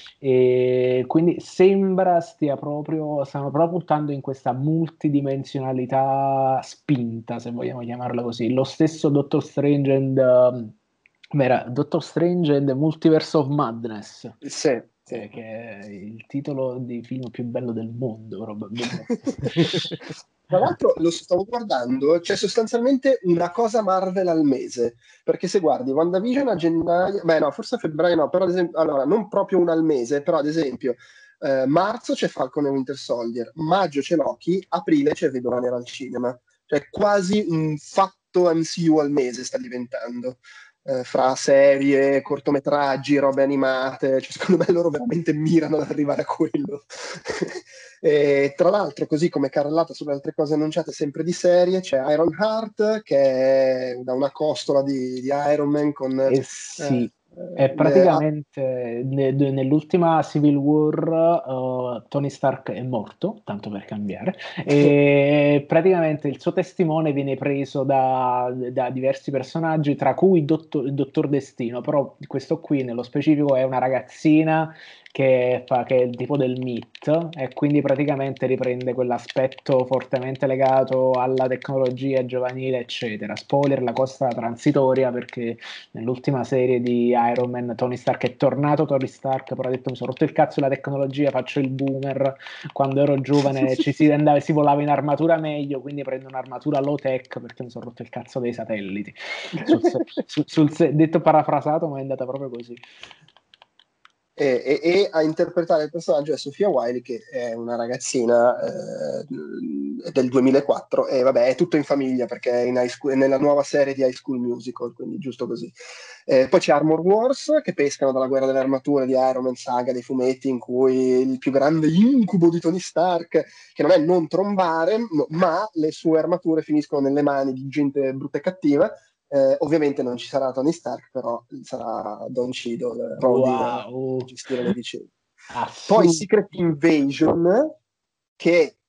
e quindi sembra stia proprio stanno proprio puntando in questa multidimensionalità spinta, se vogliamo chiamarla così. Lo stesso Doctor Strange and um, vera, Doctor Strange and the Multiverse of Madness, Sì, sì. eh, che è il titolo di film più bello del mondo probabilmente. Tra l'altro lo stavo guardando, c'è sostanzialmente una cosa Marvel al mese, perché se guardi WandaVision a gennaio, beh no, forse a febbraio no, però ad esempio, allora non proprio una al mese, però ad esempio eh, marzo c'è Falcon e Winter Soldier, maggio c'è Loki, aprile c'è Vedova Nera al cinema, cioè quasi un fatto M C U al mese sta diventando. Eh, fra serie, cortometraggi, robe animate, cioè, secondo me loro veramente mirano ad arrivare a quello. E, tra l'altro, così come carrellata sulle altre cose annunciate sempre di serie, c'è Ironheart, che è da una costola di, di Iron Man con Eh sì, eh, è le- praticamente ne- nell'ultima Civil War uh, Tony Stark è morto, tanto per cambiare, e praticamente il suo testimone viene preso da, da diversi personaggi, tra cui il dottor, il dottor Destino, però questo qui nello specifico è una ragazzina che, fa, che è il tipo del M I T, e quindi praticamente riprende quell'aspetto fortemente legato alla tecnologia giovanile, eccetera. Spoiler, la cosa transitoria, perché nell'ultima serie di Iron Man Tony Stark è tornato Tony Stark, però ha detto mi sono rotto il cazzo della tecnologia, faccio il boomer, quando ero giovane ci si, andava, si volava in armatura meglio, quindi prendo un'armatura low tech perché mi sono rotto il cazzo dei satelliti. Sul, sul, sul, detto parafrasato, ma è andata proprio così. E, e, e a interpretare il personaggio è Sofia Wiley, che è una ragazzina eh, del duemilaquattro, e vabbè, è tutto in famiglia perché è, in high school, è nella nuova serie di High School Musical, quindi giusto così. Eh, poi c'è Armor Wars, che pescano dalla guerra delle armature di Iron Man, saga dei fumetti in cui il più grande incubo di Tony Stark, che non è non trombare, no, ma le sue armature finiscono nelle mani di gente brutta e cattiva. Eh, ovviamente non ci sarà Tony Stark, però sarà Don Cheadle, Rhodey, Wow. a gestire le vicende. Assurdo. Poi Secret Invasion, che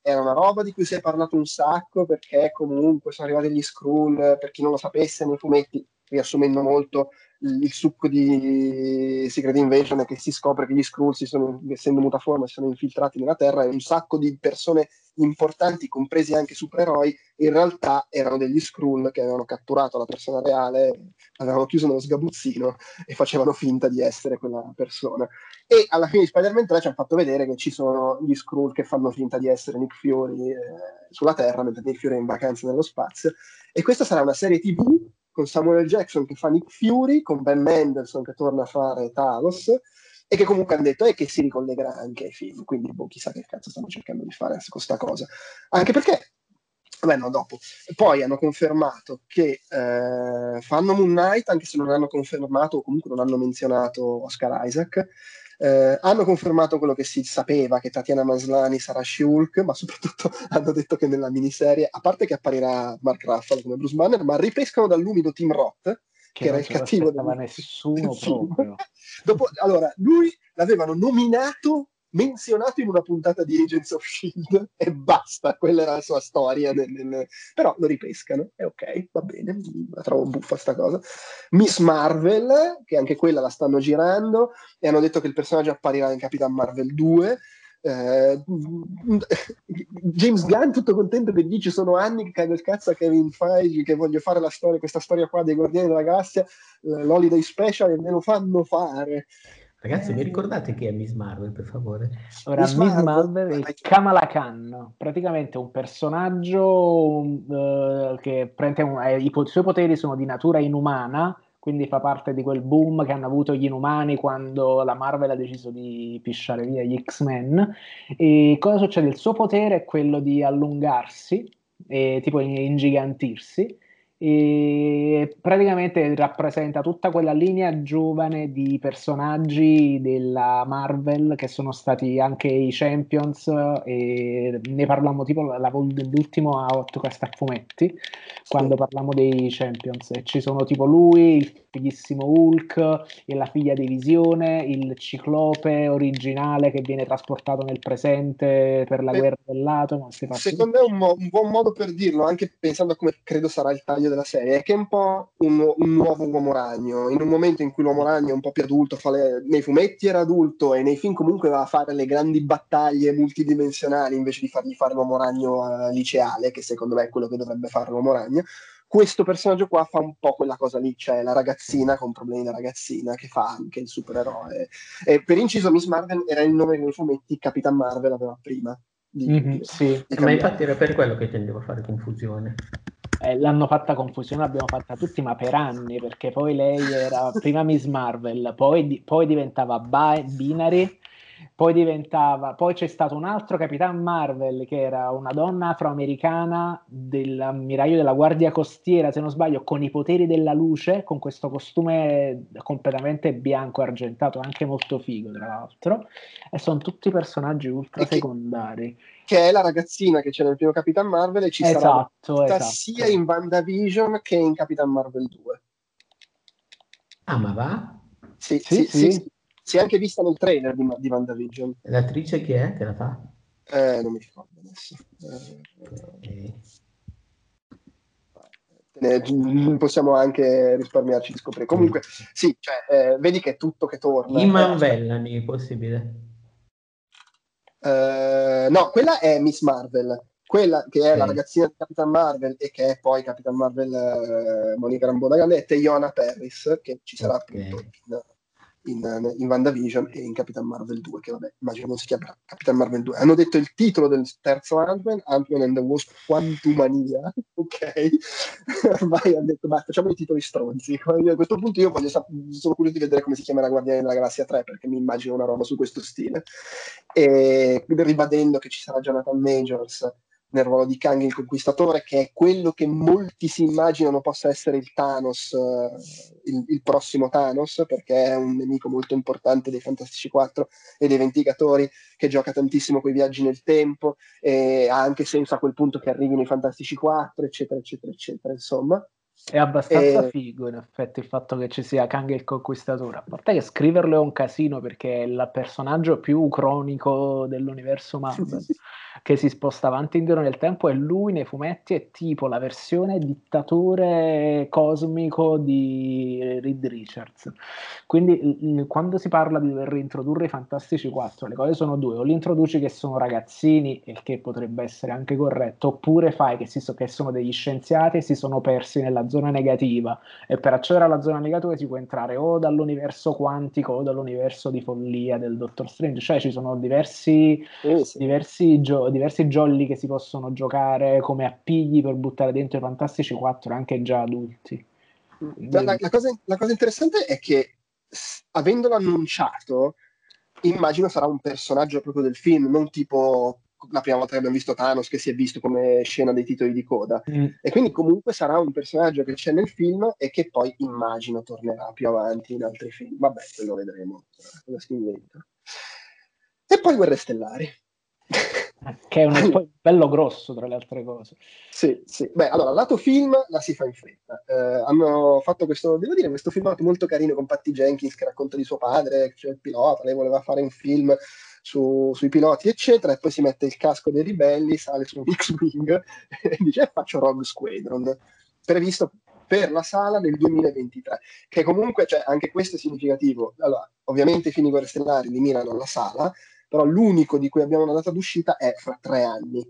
era una roba di cui si è parlato un sacco, perché comunque sono arrivati gli Skrull, per chi non lo sapesse, nei fumetti, riassumendo molto, il, il succo di Secret Invasion è che si scopre che gli Skrull, si sono, essendo mutaforma, si sono infiltrati nella Terra, e un sacco di persone importanti, compresi anche supereroi, in realtà erano degli Skrull che avevano catturato la persona reale, l'avevano chiuso nello sgabuzzino e facevano finta di essere quella persona. E alla fine di Spider-Man tre ci hanno fatto vedere che ci sono gli Skrull che fanno finta di essere Nick Fury eh, sulla Terra, mentre Nick Fury è in vacanza nello spazio. E questa sarà una serie tivù con Samuel Jackson che fa Nick Fury, con Ben Mendelsohn che torna a fare Talos, e che comunque hanno detto è che si ricollegherà anche ai film, quindi boh, chissà che cazzo stanno cercando di fare con questa cosa. Anche perché, beh no, dopo, poi hanno confermato che eh, fanno Moon Knight, anche se non hanno confermato o comunque non hanno menzionato Oscar Isaac. Eh, hanno confermato quello che si sapeva, che Tatiana Maslany sarà She-Hulk, ma soprattutto hanno detto che nella miniserie, a parte che apparirà Mark Ruffalo come Bruce Banner, ma ripescano dall'umido Tim Roth, che, che era non il ce lo cattivo aspettava del, nessuno del film. proprio. Dopo, allora, lui l'avevano nominato, menzionato in una puntata di Agents of Shield e basta, quella era la sua storia nel, nel... però lo ripescano e ok, va bene, la trovo buffa sta cosa. Miss Marvel, che anche quella la stanno girando e hanno detto che il personaggio apparirà in Capitan Marvel due. Eh, James Gunn tutto contento che dice sono anni che cago il cazzo a Kevin Feige che voglio fare la storia, questa storia qua dei Guardiani della Galassia, l'Holiday Special, e me lo fanno fare. Ragazzi, mi ricordate chi è Miss Marvel, per favore? Ora, Miss Miss Marvel, Marvel è Kamala Khan, praticamente un personaggio uh, che prende un, eh, i, po- i suoi poteri sono di natura inumana, quindi fa parte di quel boom che hanno avuto gli inumani quando la Marvel ha deciso di pisciare via gli X-Men. E cosa succede? Il suo potere è quello di allungarsi, e, tipo ingigantirsi, e praticamente rappresenta tutta quella linea giovane di personaggi della Marvel che sono stati anche i Champions, e ne parlammo tipo la, l'ultimo podcast a fumetti, quando parliamo dei Champions, e ci sono tipo lui, il fighissimo Hulk e la figlia di Visione, il Ciclope originale che viene trasportato nel presente per la Beh, guerra dell'atomo. secondo me un, mo- un buon modo per dirlo, anche pensando a come credo sarà il taglio della serie, è che è un po' un, un nuovo Uomo Ragno, in un momento in cui l'Uomo Ragno è un po' più adulto, fa le- nei fumetti era adulto e nei film comunque va a fare le grandi battaglie multidimensionali invece di fargli fare l'Uomo Ragno eh, liceale, che secondo me è quello che dovrebbe fare l'Uomo Ragno. Questo personaggio qua fa un po' quella cosa lì, cioè la ragazzina con problemi da ragazzina che fa anche il supereroe. E per inciso Miss Marvel era il nome che nei fumetti Capitan Marvel aveva prima. Di, Mm-hmm, di, sì. di Ma infatti era per quello che tendevo a fare confusione. Eh, l'hanno fatta confusione, l'abbiamo fatta tutti, ma per anni, perché poi lei era prima Miss Marvel, poi, di- poi diventava Bi- Binary, poi diventava, poi c'è stato un altro Capitan Marvel che era una donna afroamericana dell'ammiraglio della Guardia Costiera, se non sbaglio, con i poteri della luce, con questo costume completamente bianco argentato, anche molto figo tra l'altro, e sono tutti personaggi ultra e che, secondari. che è la ragazzina che c'è nel primo Capitan Marvel e ci Esatto, sarà esatto. sia in WandaVision che in Capitan Marvel due. Ah, ma va? Sì, Sì, sì, sì, sì. sì. Si è anche vista nel trailer di, di WandaVision. L'attrice chi è che la fa? Eh, non mi ricordo adesso. Eh, Eh, possiamo anche risparmiarci di scoprire. Comunque, sì, cioè, eh, vedi che è tutto che torna. Iman Eh, Vellani, possibile? eh, no, quella è Miss Marvel. Quella che è Ok. la ragazzina di Capitan Marvel e che è poi Capitan Marvel eh, Monica Rambeau è Teyonah Parris, che ci sarà Ok. appunto in, in, in WandaVision e in Capitan Marvel due, che vabbè, immagino non si chiamerà Capitan Marvel due. Hanno detto il titolo del terzo Ant-Man, Ant-Man and the Wasp Quantumania, ok? Ormai hanno detto, basta, facciamo i titoli stronzi. A questo punto io voglio sap- sono curioso di vedere come si chiamerà Guardiani della Galassia tre, perché mi immagino una roba su questo stile. E ribadendo che ci sarà Jonathan Majors nel ruolo di Kang il Conquistatore, che è quello che molti si immaginano possa essere il Thanos, eh, il, il prossimo Thanos, perché è un nemico molto importante dei Fantastici quattro e dei Vendicatori, che gioca tantissimo con i viaggi nel tempo, e ha anche senso a quel punto che arrivino i Fantastici quattro, eccetera, eccetera, eccetera, insomma. È abbastanza E- figo in effetti il fatto che ci sia Kang il Conquistatore, a parte che scriverlo è un casino perché è il personaggio più cronico dell'universo Marvel, che si sposta avanti e indietro nel tempo, e lui nei fumetti è tipo la versione dittatore cosmico di Reed Richards. Quindi l- l- quando si parla di dover reintrodurre i Fantastici quattro, le cose sono due: o li introduci che sono ragazzini, il che potrebbe essere anche corretto, oppure fai che, si so- che sono degli scienziati e si sono persi nella zona negativa, e per accedere alla zona negativa si può entrare o dall'universo quantico o dall'universo di follia del Doctor Strange, cioè ci sono diversi, sì, sì. diversi, gio- diversi jolly che si possono giocare come appigli per buttare dentro i Fantastici quattro anche già adulti. La, la- Quindi, la cosa, la cosa interessante è che, s- avendolo annunciato, immagino sarà un personaggio proprio del film, non tipo la prima volta che abbiamo visto Thanos, che si è visto come scena dei titoli di coda. mm, E quindi comunque sarà un personaggio che c'è nel film e che poi immagino tornerà più avanti in altri film. Vabbè, poi lo vedremo cosa si inventa. E poi Guerre Stellari. che è un Allora, poi bello grosso tra le altre cose. sì, sì. Beh, allora, lato film la si fa in fretta. Eh, hanno fatto questo, devo dire, questo filmato molto carino con Patty Jenkins che racconta di suo padre, cioè il pilota, lei voleva fare un film su- sui piloti, eccetera, e poi si mette il casco dei ribelli, sale su un X-Wing e dice "Eh, faccio Rogue Squadron", previsto per la sala nel duemilaventitré, che comunque, cioè, anche questo è significativo. Allora, ovviamente i film di Guerre Stellari li mirano alla sala, però l'unico di cui abbiamo una data d'uscita è fra tre anni.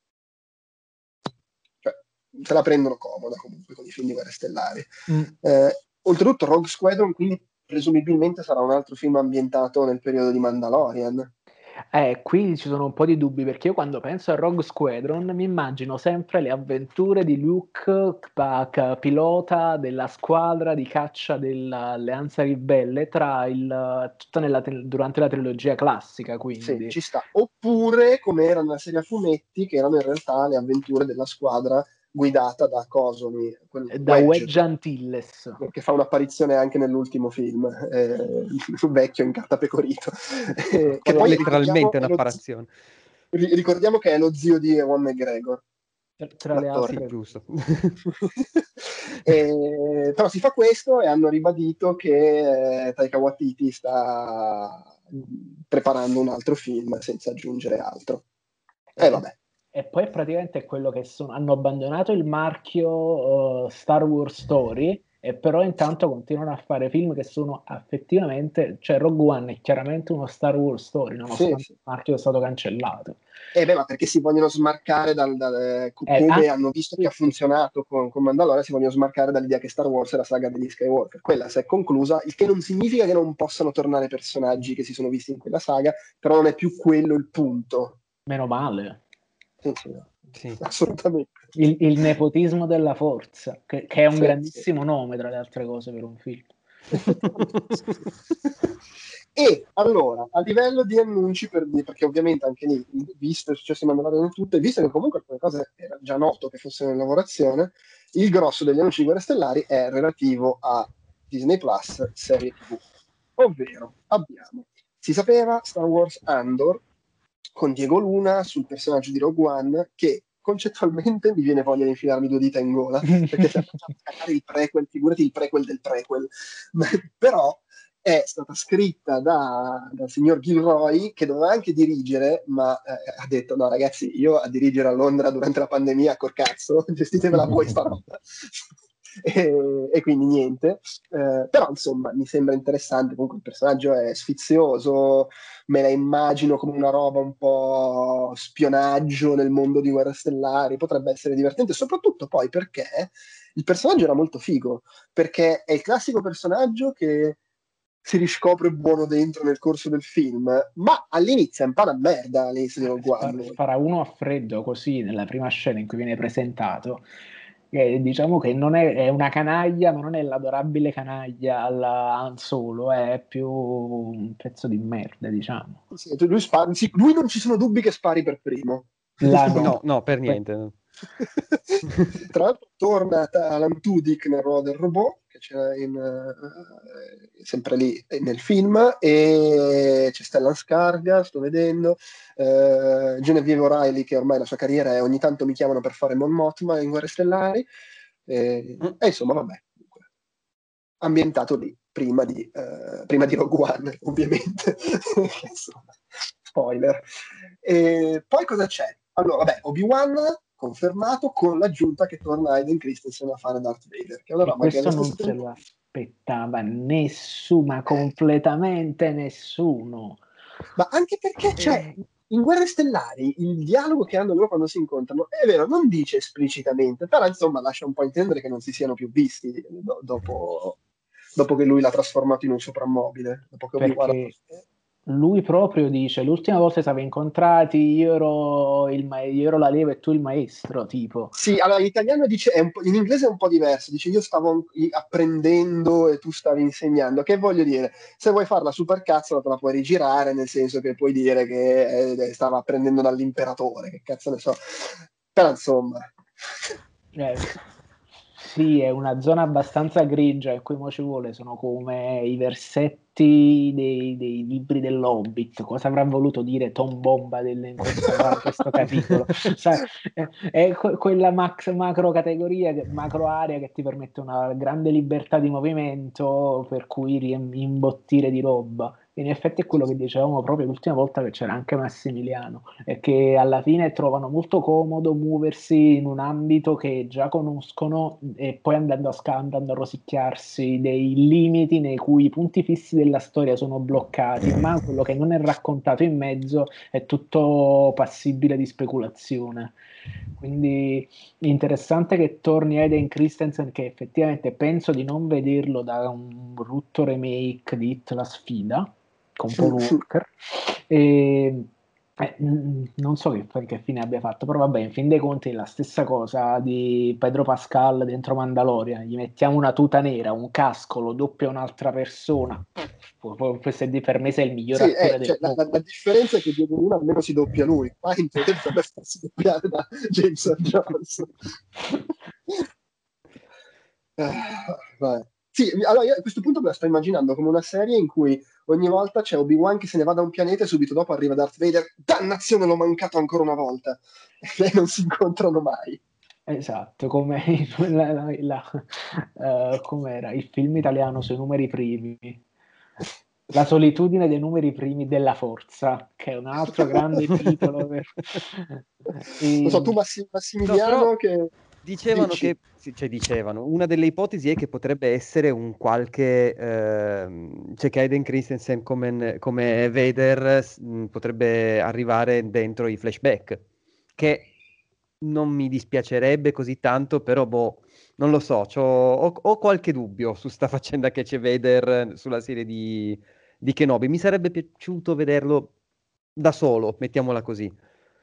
Cioè, se la prendono comoda comunque con i film di Guerre Stellari. Mm. Eh, oltretutto Rogue Squadron quindi presumibilmente sarà un altro film ambientato nel periodo di Mandalorian. Eh, qui ci sono un po' di dubbi, perché io quando penso a Rogue Squadron mi immagino sempre le avventure di Luke, pa- ca- pilota della squadra di caccia dell'Alleanza Ribelle tra il, tutta nella, tri- durante la trilogia classica, Sì, quindi ci sta. Oppure, come era nella serie a fumetti, che erano in realtà le avventure della squadra guidata da Cosoli, quel da Wedge, Wedge Antilles. che fa un'apparizione anche nell'ultimo film, eh, vecchio in carta pecorito. Eh, che poi ricordiamo letteralmente è lo zi- un'apparizione. ri- ricordiamo che è lo zio di Ewan McGregor, Tra, tra le l'attore. Sì, altre. giusto. E, però si fa questo e hanno ribadito che eh, Taika Waititi sta preparando un altro film senza aggiungere altro. E E, vabbè. e poi praticamente è quello che sono, hanno abbandonato il marchio eh, Star Wars Story, e però intanto continuano a fare film che sono effettivamente, cioè Rogue One è chiaramente uno Star Wars Story, Sì, nonostante sì. il marchio sia stato cancellato. E beh, ma perché si vogliono smarcare dal, dal- co- Eh, come anche- hanno visto sì, che ha sì. funzionato con, con Mandalorian, si vogliono smarcare dall'idea che Star Wars è la saga degli Skywalker. Quella si è conclusa, il che non significa che non possano tornare personaggi che si sono visti in quella saga, però non è più quello il punto. Meno male. Sì, sì, no. Sì. Assolutamente. Il, il nepotismo della forza, che, che è un Sì, grandissimo nome tra le altre cose per un film. E allora, a livello di annunci, per dire, perché ovviamente anche lì, visto il successo di Mandalorian e tutto, e visto che comunque alcune cose era già noto che fossero in lavorazione, il grosso degli annunci di Guerre Stellari è relativo a Disney Plus serie tivù. Ovvero, abbiamo, si sapeva, Star Wars Andor, con Diego Luna, sul personaggio di Rogue One, che concettualmente mi viene voglia di infilarmi due dita in gola, perché stiamo facendo cagare il prequel, figurati il prequel del prequel. Però è stata scritta da, dal signor Gilroy, che doveva anche dirigere, ma eh, ha detto no ragazzi, io a dirigere a Londra durante la pandemia, col cazzo, gestitevela voi sta roba. e, e quindi niente. Eh, però insomma mi sembra interessante, comunque il personaggio è sfizioso, me la immagino come una roba un po' spionaggio nel mondo di Guerre Stellari, potrebbe essere divertente, soprattutto poi perché il personaggio era molto figo, perché è il classico personaggio che si riscopre buono dentro nel corso del film, ma all'inizio è un po' una merda all'inizio di Rogue One. Spara uno a freddo così nella prima scena in cui viene presentato. Eh, diciamo che non è, è una canaglia, ma non è l'adorabile canaglia alla Han Solo, è più un pezzo di merda, diciamo. Sì, lui, spara, sì, lui non ci sono dubbi che spari per primo. Là no. No, no, per niente. Tra l'altro torna Alan Tudyk nel ruolo del robot, che c'era in, uh, sempre lì nel film, e c'è Stellan Skarsgård, sto vedendo, uh, Genevieve O'Reilly, che ormai la sua carriera è ogni tanto mi chiamano per fare Mon Mothma in Guerre Stellari, E, e insomma, vabbè, ambientato lì, prima di, eh, prima di Rogue One, ovviamente. Insomma, spoiler. E poi cosa c'è? Allora, vabbè, Obi-Wan confermato con l'aggiunta che torna Hayden Christensen a fare Darth Vader. Che allora, e questo non se lo aspettava nessuno, ma completamente nessuno. Ma anche perché, cioè, in Guerre Stellari il dialogo che hanno loro quando si incontrano, è vero, non dice esplicitamente, però insomma lascia un po' intendere che non si siano più visti do- dopo, dopo che lui l'ha trasformato in un soprammobile. Dopo che Obi-Wan Perché lui proprio dice, l'ultima volta che siamo incontrati io ero, il ma- io ero la leva e tu il maestro, tipo. Sì, allora in italiano dice, è un po', in inglese è un po' diverso, dice io stavo apprendendo e tu stavi insegnando, che voglio dire, se vuoi farla super cazzo te la puoi rigirare, nel senso che puoi dire che eh, stava apprendendo dall'imperatore, che cazzo ne so, però insomma... Eh, sì, è una zona abbastanza grigia e qui mo ci vuole, sono come i versetti dei, dei libri dell'Hobbit. Cosa avrà voluto dire Tom Bomba del, in questa, questo capitolo? Sai, è, è que- quella max, macro categoria, che- macro area che ti permette una grande libertà di movimento per cui riem- imbottire di roba. In effetti è quello che dicevamo proprio l'ultima volta che c'era anche Massimiliano, è che alla fine trovano molto comodo muoversi in un ambito che già conoscono e poi andando a, sca- andando a rosicchiarsi dei limiti nei cui i punti fissi della storia sono bloccati, ma quello che non è raccontato in mezzo è tutto passibile di speculazione. Quindi interessante che torni Hayden Christensen, che effettivamente penso di non vederlo da un brutto remake di Hit la sfida con Paul Walker. E, eh, non so che, che fine abbia fatto, però vabbè, in fin dei conti è la stessa cosa di Pedro Pascal dentro Mandalorian. Gli mettiamo una tuta nera, un casco, lo doppia un'altra persona. Questo è, per me sei il miglior Sì, attore eh, del cioè, la, mondo. la, la differenza è che Diego Luna almeno si doppia lui, qua in teoria dovrebbe farsi doppiare da James Earl Jones. eh, vabbè. Sì, allora io a questo punto me la sto immaginando come una serie in cui ogni volta c'è Obi-Wan che se ne va da un pianeta e subito dopo arriva Darth Vader. Dannazione, l'ho mancato ancora una volta. E non si incontrano mai. Esatto, come la, la, la, uh, com'era il film italiano sui numeri primi. La solitudine dei numeri primi della forza, che è un altro grande titolo. Per... e... Non so, E... tu Massi- Massimiliano no, però che... dicevano Dici. che, cioè dicevano, una delle ipotesi è che potrebbe essere un qualche, ehm, cioè che Hayden Christensen come, come Vader mh, potrebbe arrivare dentro i flashback, che non mi dispiacerebbe così tanto, però boh, non lo so, c'ho- ho, ho qualche dubbio su sta faccenda che c'è Vader sulla serie di, di Kenobi. Mi sarebbe piaciuto vederlo da solo, mettiamola così.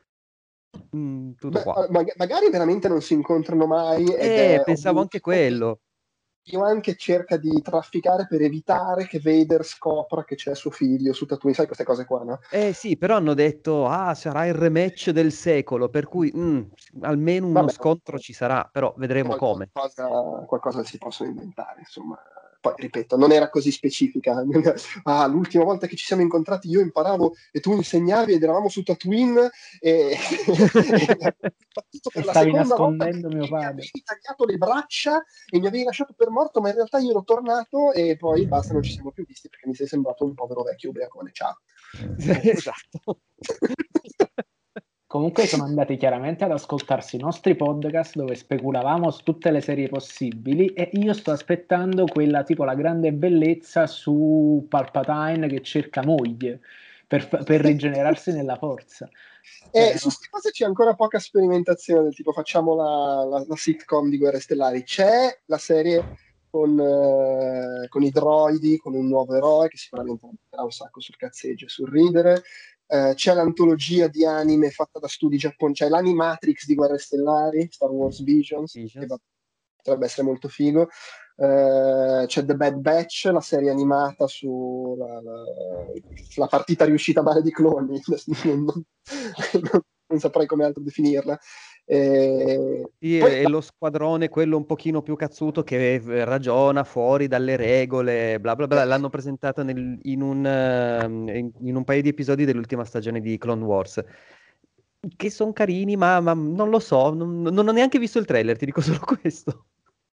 Mm, tutto Beh, qua. ma- magari veramente non si incontrano mai ed Eh, è pensavo anche quello. Obi-Wan che cerca di trafficare per evitare che Vader scopra che c'è suo figlio su Tatooine, sai queste cose qua, no? Eh sì, però hanno detto, ah, sarà il rematch del secolo, per cui mm, almeno uno Vabbè, scontro ci sarà, però vedremo qual- come. qualcosa, qualcosa si possono inventare, insomma. Poi, ripeto, non era così specifica. Ah, l'ultima volta che ci siamo incontrati io imparavo e tu insegnavi ed eravamo su Tatooine e, e per la stavi seconda volta nascondendo mio mi padre. avevi tagliato le braccia e mi avevi lasciato per morto, ma in realtà io ero tornato e poi basta, non ci siamo più visti perché mi sei sembrato un povero vecchio ubriacone. Ciao. Esatto. Comunque sono andati chiaramente ad ascoltarsi i nostri podcast dove speculavamo su tutte le serie possibili e io sto aspettando quella tipo La grande bellezza su Palpatine che cerca moglie per, per rigenerarsi nella forza. E Cioè, su queste cose c'è ancora poca sperimentazione, del tipo facciamo la, la, la sitcom di Guerre Stellari. C'è la serie con, eh, con i droidi, con un nuovo eroe che sicuramente metterà un sacco sul cazzeggio e sul ridere. Eh, c'è l'antologia di anime fatta da studi giapponesi, c'è l'Animatrix di Guerre Stellari, Star Wars Visions, che va- potrebbe essere molto figo. Eh, c'è The Bad Batch, la serie animata sulla la, la partita riuscita male di cloni, non, non, non, non saprei come altro definirla. Eh, Sì, poi, è lo squadrone, quello un pochino più cazzuto che eh, ragiona fuori dalle regole, bla bla bla. L'hanno presentata nel- in un, ehm, in, in un paio di episodi dell'ultima stagione di Clone Wars, che sono carini, ma, ma non lo so, non, non ho neanche visto il trailer, ti dico solo questo.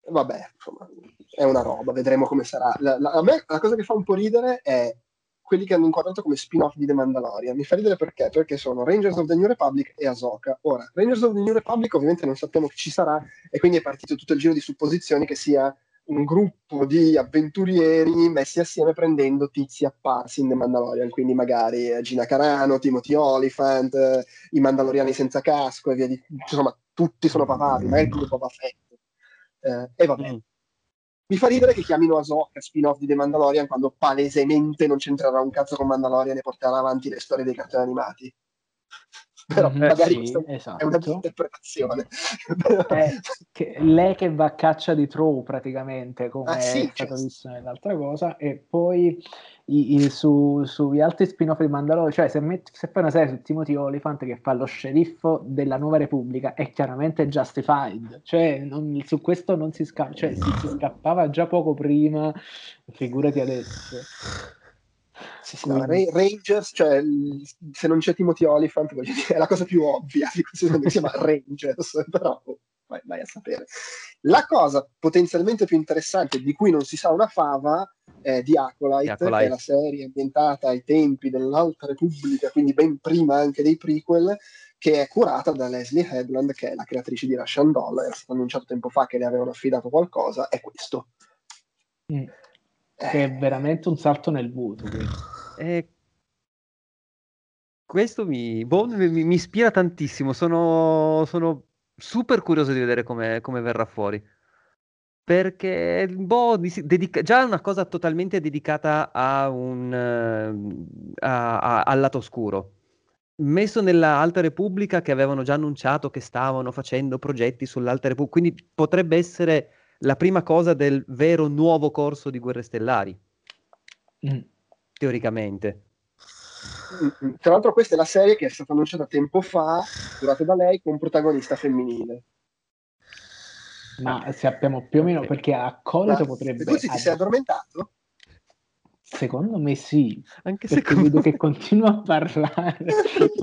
vabbè, insomma, è una roba, vedremo come sarà. La, la, a me la cosa che fa un po' ridere è quelli che hanno inquadrato come spin-off di The Mandalorian. Mi fa ridere perché? Perché sono Rangers of the New Republic e Ahsoka. Ora, Rangers of the New Republic ovviamente non sappiamo che ci sarà, e quindi è partito tutto il giro di supposizioni che sia un gruppo di avventurieri messi assieme prendendo tizi apparsi in The Mandalorian, quindi magari eh, Gina Carano, Timothy Olyphant, eh, i Mandaloriani senza casco e via di... insomma, tutti sono papati, magari pure Boba Fett. Eh, e vabbè. Mm. Mi fa ridere che chiamino Ahsoka spin-off di The Mandalorian quando palesemente non c'entrerà un cazzo con Mandalorian e porterà avanti le storie dei cartoni animati. Però Mhm, magari sì, questa esatto. è una mia interpretazione. È che lei che va a caccia di Trow praticamente, come Ah, sì, è stato cioè, visto nell'altra cosa, e poi i, i- su, sugli altri spin-off di Mandalorian, cioè se, metti, se fai una serie su Timothy Olyphant che fa lo sceriffo della Nuova Repubblica è chiaramente justified, cioè non- su questo non si scappa, cioè si, si scappava già poco prima, figurati adesso. sì, sì, no, Quindi, Ra- Rangers, cioè, il- se non c'è Timothy Olyphant, voglio dire, è la cosa più ovvia, di questo che si chiama Rangers, però oh, vai, vai a sapere. La cosa potenzialmente più interessante, di cui non si sa una fava, è di Acolyte, Acolyte. che è la serie ambientata ai tempi dell'Alta Repubblica, quindi ben prima anche dei prequel, che è curata da Leslie Headland, che è la creatrice di Russian Doll. Era stato annunciato tempo fa che le avevano affidato qualcosa, è questo. mm, che è veramente un salto nel vuoto questo. E questo mi, boh, mi, mi- mi ispira tantissimo. Sono, sono super curioso di vedere come, come verrà fuori. Perché boh, di- dedica- già è una cosa totalmente dedicata a un, eh, a- a- al lato oscuro. Messo nella Alta Repubblica, che avevano già annunciato che stavano facendo progetti sull'Alta Repubblica, quindi potrebbe essere la prima cosa del vero nuovo corso di Guerre Stellari, Mm. teoricamente. Mm, mm. Tra l'altro questa è la serie che è stata annunciata tempo fa, curata da lei, con protagonista femminile. Ma sappiamo più o meno Ok. perché Ma Accolito potrebbe, così ti sei ad- addormentato? secondo me sì, Anche perché secondo vedo che me. continua a parlare.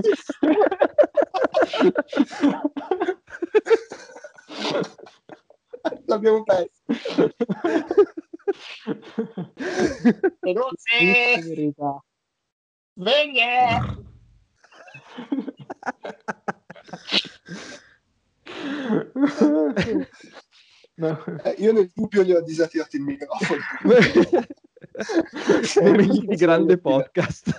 L'abbiamo perso. Triste verità. No. Eh, io nel dubbio gli ho disattivato il microfono. Momenti di grande podcast.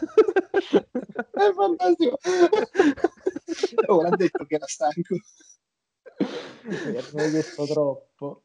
È fantastico. Oh, l'ha detto che era stanco. Mi hanno chiesto troppo.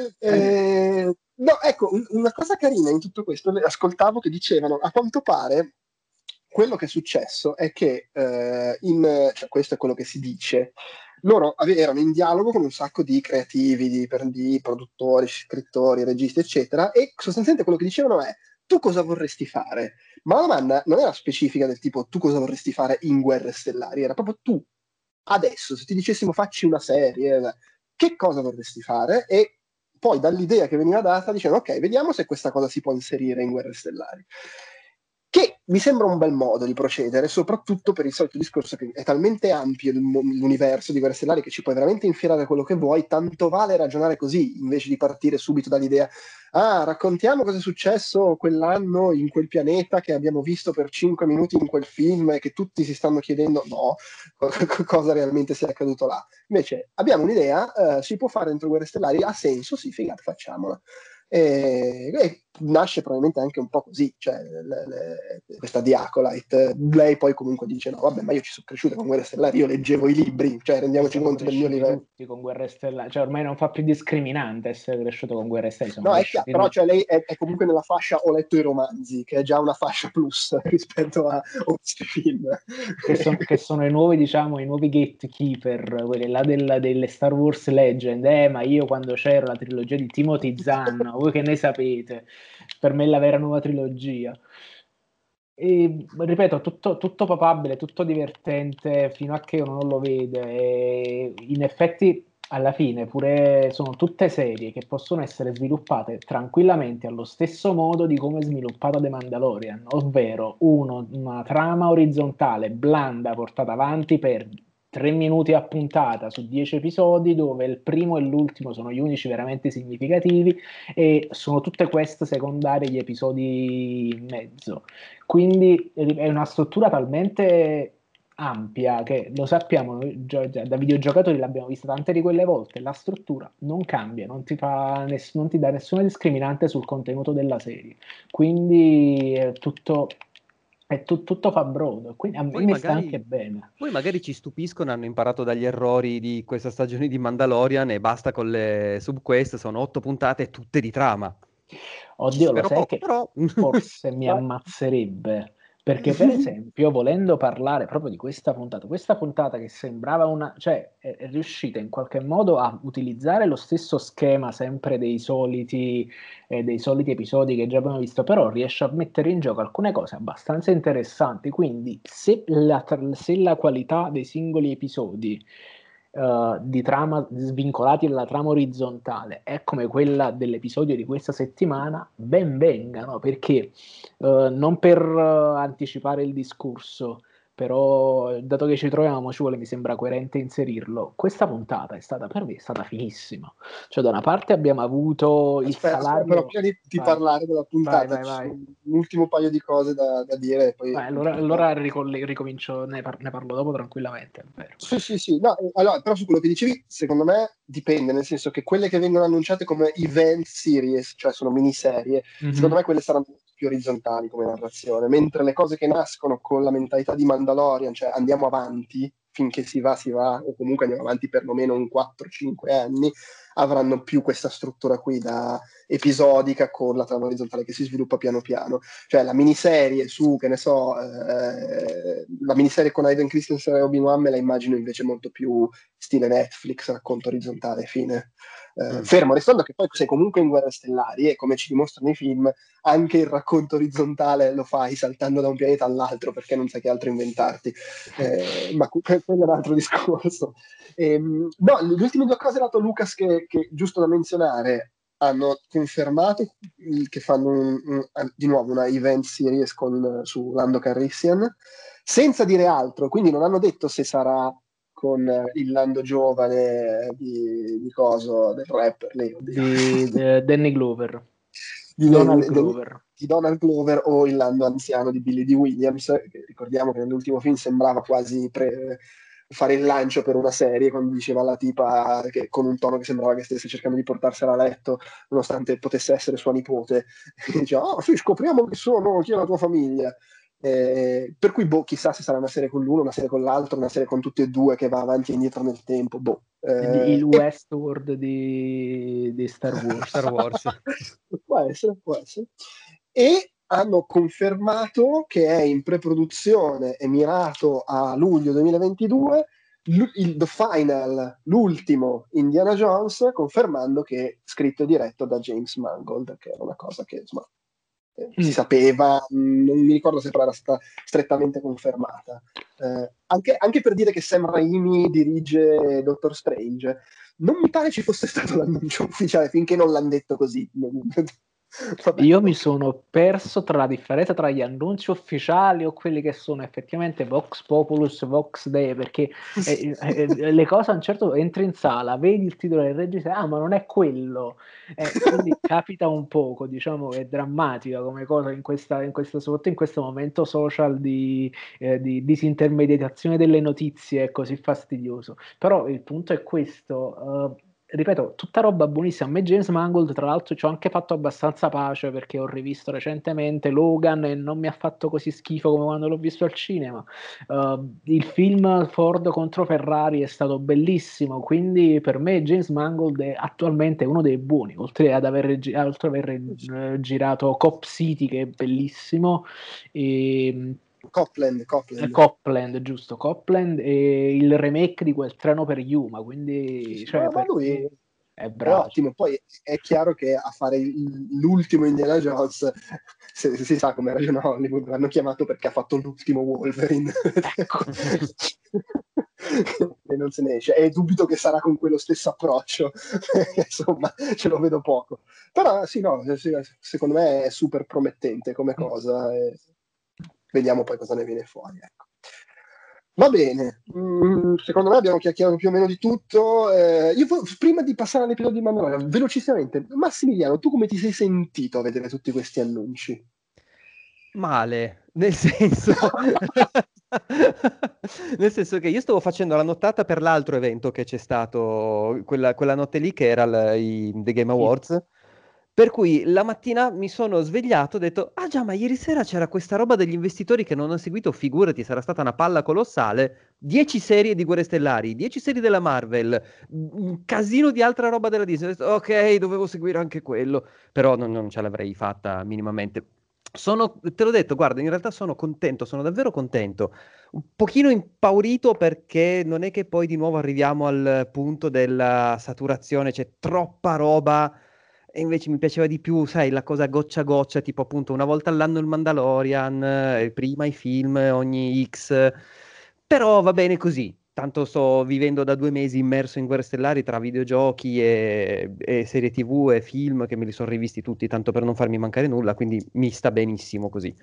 Eh, no, ecco, un- una cosa carina in tutto questo, le- ascoltavo che dicevano, a quanto pare, quello che è successo è che, eh, in, cioè questo è quello che si dice, loro ave- erano in dialogo con un sacco di creativi, di, per- di produttori, scrittori, registi, eccetera, e sostanzialmente quello che dicevano è, tu cosa vorresti fare? Ma la domanda non era specifica del tipo, tu cosa vorresti fare in Guerre Stellari, era proprio tu, adesso, se ti dicessimo facci una serie, che cosa vorresti fare? E poi dall'idea che veniva data dicevano ok, vediamo se questa cosa si può inserire in Guerre Stellari. Che mi sembra un bel modo di procedere, soprattutto per il solito discorso che è talmente ampio il mo- l'universo di Guerre Stellari che ci puoi veramente infilare quello che vuoi, tanto vale ragionare così, invece di partire subito dall'idea ah, raccontiamo cosa è successo quell'anno in quel pianeta che abbiamo visto per cinque minuti in quel film e che tutti si stanno chiedendo no, cosa realmente sia accaduto là. Invece abbiamo un'idea, eh, si può fare dentro Guerre Stellari, ha senso, sì, figata, facciamola. E, e nasce probabilmente anche un po' così, cioè le, le, questa di Acolyte, lei poi comunque dice no vabbè ma io ci sono cresciuta con Guerre Stellari, io leggevo i libri, cioè rendiamoci Siamo conto del mio cresciuti livello. tutti con Guerre Stellari, cioè ormai non fa più discriminante essere cresciuto con Guerre Stellari, siamo No, è chiaro, cresciuti però tutti. cioè, lei è, è comunque nella fascia ho letto i romanzi, che è già una fascia plus rispetto a oh, questi film. Che, son- che sono i nuovi, diciamo, i nuovi gatekeeper, quelli là del- delle Star Wars Legend, eh, ma io quando c'ero la trilogia di Timothy Zahn, voi che ne sapete, per me è la vera nuova trilogia. E, ripeto, tutto, tutto papabile, tutto divertente fino a che uno non lo vede. E in effetti, alla fine, pure sono tutte serie che possono essere sviluppate tranquillamente allo stesso modo di come è sviluppata The Mandalorian, ovvero uno, una trama orizzontale blanda portata avanti per tre minuti a puntata su dieci episodi, dove il primo e l'ultimo sono gli unici veramente significativi e sono tutte quest secondarie gli episodi in mezzo. Quindi è una struttura talmente ampia che lo sappiamo noi, già, già, da videogiocatori l'abbiamo vista tante di quelle volte, la struttura non cambia, non ti, fa ness- non ti dà nessuna discriminante sul contenuto della serie, quindi è tutto, è tu- tutto fa brodo, quindi a me Poi mi sta magari, anche bene. poi magari ci stupiscono, hanno imparato dagli errori di questa stagione di Mandalorian e basta con le subquest, sono otto puntate tutte di trama. Ci Oddio, lo spero sai poco, che però... forse mi Ma- ammazzerebbe, perché per esempio, volendo parlare proprio di questa puntata, questa puntata che sembrava una, cioè è, è riuscita in qualche modo a utilizzare lo stesso schema sempre dei soliti, eh, dei soliti episodi che già abbiamo visto, però riesce a mettere in gioco alcune cose abbastanza interessanti, quindi se la, se la qualità dei singoli episodi Uh, di trama svincolati dalla trama orizzontale è come quella dell'episodio di questa settimana, ben vengano, perché uh, non per uh, anticipare il discorso, però dato che ci troviamo ci vuole, mi sembra coerente inserirlo, questa puntata è stata per me è stata finissima, cioè da una parte abbiamo avuto il Aspetta, aspetta, però salario. prima di, di Vai, parlare della vai, puntata, vai, ci vai. sono un ultimo paio di cose da, da dire. E poi Vai, allora, allora ricolle- ricomincio, ne, par- ne parlo dopo tranquillamente, è vero. Sì, sì, sì. No, eh, allora, però su quello che dicevi, secondo me dipende, nel senso che quelle che vengono annunciate come event series, cioè sono miniserie, Mhm. secondo me quelle saranno più orizzontali come narrazione, mentre le cose che nascono con la mentalità di Mandalorian, cioè andiamo avanti, finché si va, si va, o comunque andiamo avanti perlomeno un quattro cinque anni, avranno più questa struttura qui da episodica con la trama orizzontale che si sviluppa piano piano. Cioè la miniserie su, che ne so, eh, la miniserie con Hayden Christensen e Obi-Wan me la immagino invece molto più stile Netflix, racconto orizzontale, fine. Eh, Mm. Fermo restando che poi sei comunque in Guerre Stellari e come ci dimostrano i film, anche il racconto orizzontale lo fai saltando da un pianeta all'altro perché non sai che altro inventarti. Eh, ma quello è un altro discorso. Ehm, no, le ultime due cose dato Lucas che, che giusto da menzionare, hanno confermato che fanno un, un, di nuovo una event series con, su Lando Calrissian senza dire altro, quindi non hanno detto se sarà con il Lando giovane di, di coso, del rapper lì, Di eh, Danny Glover, di, Donald del- Glover. di Donald Glover o il Lando anziano di Billy D. Williams, che ricordiamo che nell'ultimo film sembrava quasi pre- fare il lancio per una serie, quando diceva alla tipa che, con un tono che sembrava che stesse cercando di portarsela a letto, nonostante potesse essere sua nipote, e diceva, oh sì, scopriamo chi sono, chi è la tua famiglia. Eh, per cui, boh, chissà se sarà una serie con l'uno, una serie con l'altro, una serie con tutti e due che va avanti e indietro nel tempo, boh. Eh, Il e Westworld di, di Star Wars. Star Wars. può essere, può essere. E hanno confermato che è in pre-produzione e mirato a luglio duemilaventidue l- il The Final, l'ultimo Indiana Jones, confermando che è scritto e diretto da James Mangold, che era una cosa che insomma, eh, si Mm. sapeva, mh, non mi ricordo se però era stata strettamente confermata. Eh, anche, anche per dire che Sam Raimi dirige Doctor Strange, non mi pare ci fosse stato l'annuncio ufficiale finché non l'hanno detto così. Vabbè, Io mi ok. sono perso tra la differenza tra gli annunci ufficiali o quelli che sono effettivamente Vox Populus, Vox Dei, perché eh, eh, le cose a un certo punto entri in sala, vedi il titolo del regista, ah, ma non è quello. Eh, quindi capita un poco, diciamo, è drammatica come cosa in questa, in questo, soprattutto in questo momento social di, eh, di disintermediazione delle notizie, è così fastidioso. Però il punto è questo. eh, ripeto, tutta roba buonissima. A me James Mangold, tra l'altro, ci ho anche fatto abbastanza pace perché ho rivisto recentemente Logan e non mi ha fatto così schifo come quando l'ho visto al cinema. Uh, il film Ford contro Ferrari è stato bellissimo, quindi per me James Mangold è attualmente uno dei buoni, oltre ad aver, gi- oltre ad aver eh, girato Cop City, che è bellissimo, e Copland, Copland. Copland, giusto, Copland e il remake di quel Treno per Yuma, Sì, quindi sì, cioè, ma, ma per lui me è è bravo. ottimo. Poi è chiaro che a fare il- l'ultimo Indiana Jones, se, se si sa come ragiona Hollywood, l'hanno chiamato perché ha fatto l'ultimo Wolverine. Ecco. E non se ne esce. E dubito che sarà con quello stesso approccio. Insomma, ce lo vedo poco. Però sì, no, sì, secondo me è super promettente come cosa. E vediamo poi cosa ne viene fuori. Ecco. Va bene, mm, secondo me abbiamo chiacchierato più o meno di tutto. Eh, io vo- prima di passare all'episodio di Mandalorian, velocissimamente, Massimiliano, tu come ti sei sentito a vedere tutti questi annunci? Male, nel senso... nel senso che io stavo facendo la nottata per l'altro evento che c'è stato quella, quella notte lì, che era il- i The Game Awards. Per cui la mattina mi sono svegliato e ho detto: ah già, ma ieri sera c'era questa roba degli investitori che non ho seguito, figurati, sarà stata una palla colossale. dieci serie di Guerre Stellari, dieci serie della Marvel, un casino di altra roba della Disney. Ho detto, ok, dovevo seguire anche quello, però non, non ce l'avrei fatta minimamente. Sono, te l'ho detto, guarda, in realtà sono contento, sono davvero contento. Un pochino impaurito perché non è che poi di nuovo arriviamo al punto della saturazione, c'è troppa roba e invece mi piaceva di più, sai, la cosa goccia a goccia, tipo appunto una volta all'anno il Mandalorian, eh, prima i film ogni X, però va bene così. Tanto sto vivendo da due mesi immerso in Guerre Stellari tra videogiochi e, e serie T V e film che me li sono rivisti tutti, tanto per non farmi mancare nulla, quindi mi sta benissimo così.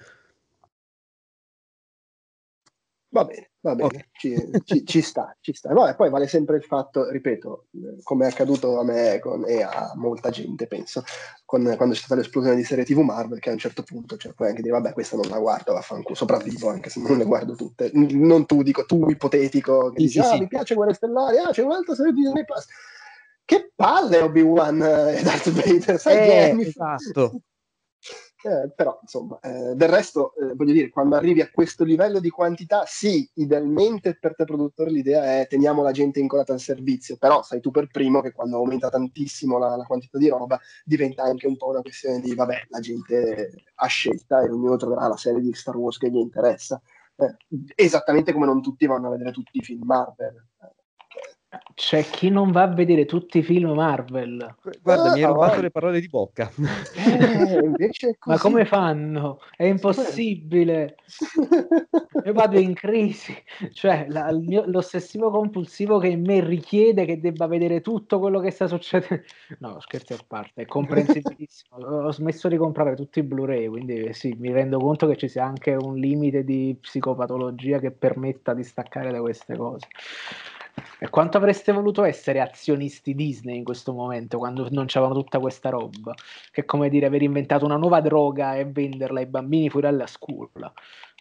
Va bene, va bene, Ok. ci, ci- ci sta, ci sta. Vabbè, poi vale sempre il fatto, ripeto, eh, come è accaduto a me con- e a molta gente, penso, con- quando c'è stata l'esplosione di serie T V Marvel, che a un certo punto cioè, puoi anche dire, vabbè, questa non la guardo, vaffanculo, sopravvivo anche se non le guardo tutte. N- Non tu, dico tu, ipotetico, che Sì, dici, sì, ah, sì. mi piace Guerre Stellari, ah, c'è un'altra serie di Disney Plus. Che palle Obi-Wan e Darth Vader, sai che Eh, anni fa... esatto. Eh, però, insomma, eh, del resto, eh, voglio dire, quando arrivi a questo livello di quantità, sì, idealmente per te produttore l'idea è teniamo la gente incolata al servizio, però sai tu per primo che quando aumenta tantissimo la, la quantità di roba diventa anche un po' una questione di, vabbè, la gente ha scelta e ognuno troverà la serie di Star Wars che gli interessa. Eh, esattamente come non tutti vanno a vedere tutti i film Marvel. C'è chi non va a vedere tutti i film Marvel. Guarda, mi Eh, hai ah, rubato oh, le parole di bocca. eh, invece è Ma così. come fanno? È impossibile. Io vado in crisi, cioè la- il mio- l'ossessivo compulsivo che in me richiede che debba vedere tutto quello che sta succedendo. No, scherzi a parte, è comprensibilissimo. Ho smesso di comprare tutti i Blu-ray, quindi sì, mi rendo conto che ci sia anche un limite di psicopatologia che permetta di staccare da queste cose. E quanto avreste voluto essere azionisti Disney in questo momento, quando non c'avevano tutta questa roba? Che è come dire aver inventato una nuova droga e venderla ai bambini fuori dalla scuola.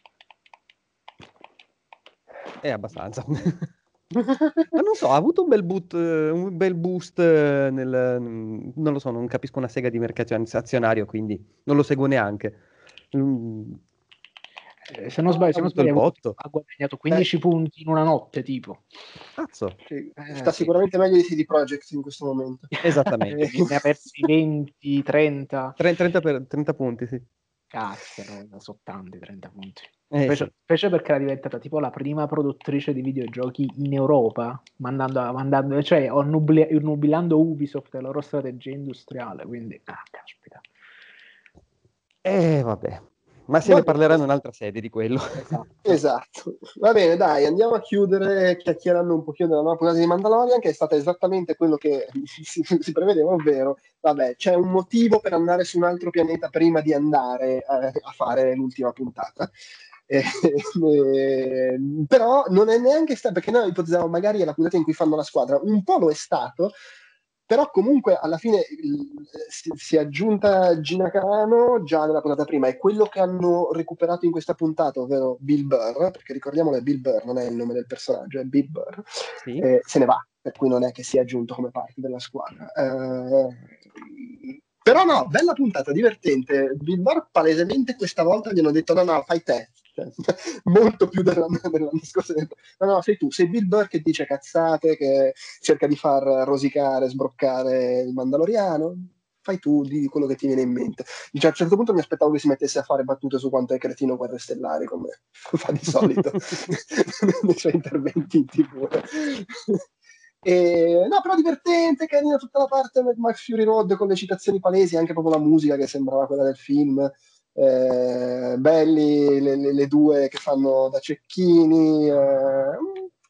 È abbastanza. Ma non so, ha avuto un bel, boot, eh, un bel boost eh, nel... Non lo so, non capisco una sega di mercato azionario, quindi non lo seguo neanche. Mm, Eh, se non sbaglio, ha se non avuto il sbaglio ha, avuto- botto. ha guadagnato Eh, quindici punti in una notte, tipo. Cazzo, sì, Eh, sta sì. sicuramente meglio di C D Projekt in questo momento. esattamente. Ne ha persi venti, trenta. Tre- trenta, per- trenta punti, sì. Cazzaro, sono tanti trenta punti. Eh Specie, sì. specie perché era diventata tipo la prima produttrice di videogiochi in Europa, mandando, mandando, cioè onnubli- onnubilando Ubisoft e la loro strategia industriale, quindi, ah, caspita. Eh, vabbè. Ma se Va ne bene, parlerà in un'altra sede di quello. Esatto. esatto. Va bene, dai, andiamo a chiudere chiacchierando un pochino della nuova puntata di Mandalorian, che è stata esattamente quello che si, si prevedeva, ovvero, vabbè, c'è un motivo per andare su un altro pianeta prima di andare eh, a fare l'ultima puntata. Eh, eh, però non è neanche stato, perché noi ipotizzavamo magari è la puntata in cui fanno la squadra, un po' lo è stato, però comunque alla fine il- si, si è aggiunta Gina Carano già nella puntata prima, e quello che hanno recuperato in questa puntata, ovvero Bill Burr, perché ricordiamolo è Bill Burr, non è il nome del personaggio, è Bill Burr, Sì. eh, se ne va, per cui non è che si è aggiunto come parte della squadra. Eh, però no, bella puntata, divertente. Bill Burr palesemente questa volta gli hanno detto no, no, fai te. Cioè, molto più dell'anno, dell'anno scorso. No, no, sei tu, sei Bill Burr che dice cazzate, che cerca di far rosicare, sbroccare il Mandaloriano. Fai tu di quello che ti viene in mente. Dice, a un certo punto mi aspettavo che si mettesse a fare battute su quanto è cretino Guerre Stellari, come fa di solito nei suoi interventi in tivù. E, no, però divertente, carina tutta la parte Mad Max Fury Road con le citazioni palesi, anche proprio la musica che sembrava quella del film. Eh, belli le, le, le due che fanno da cecchini. Eh,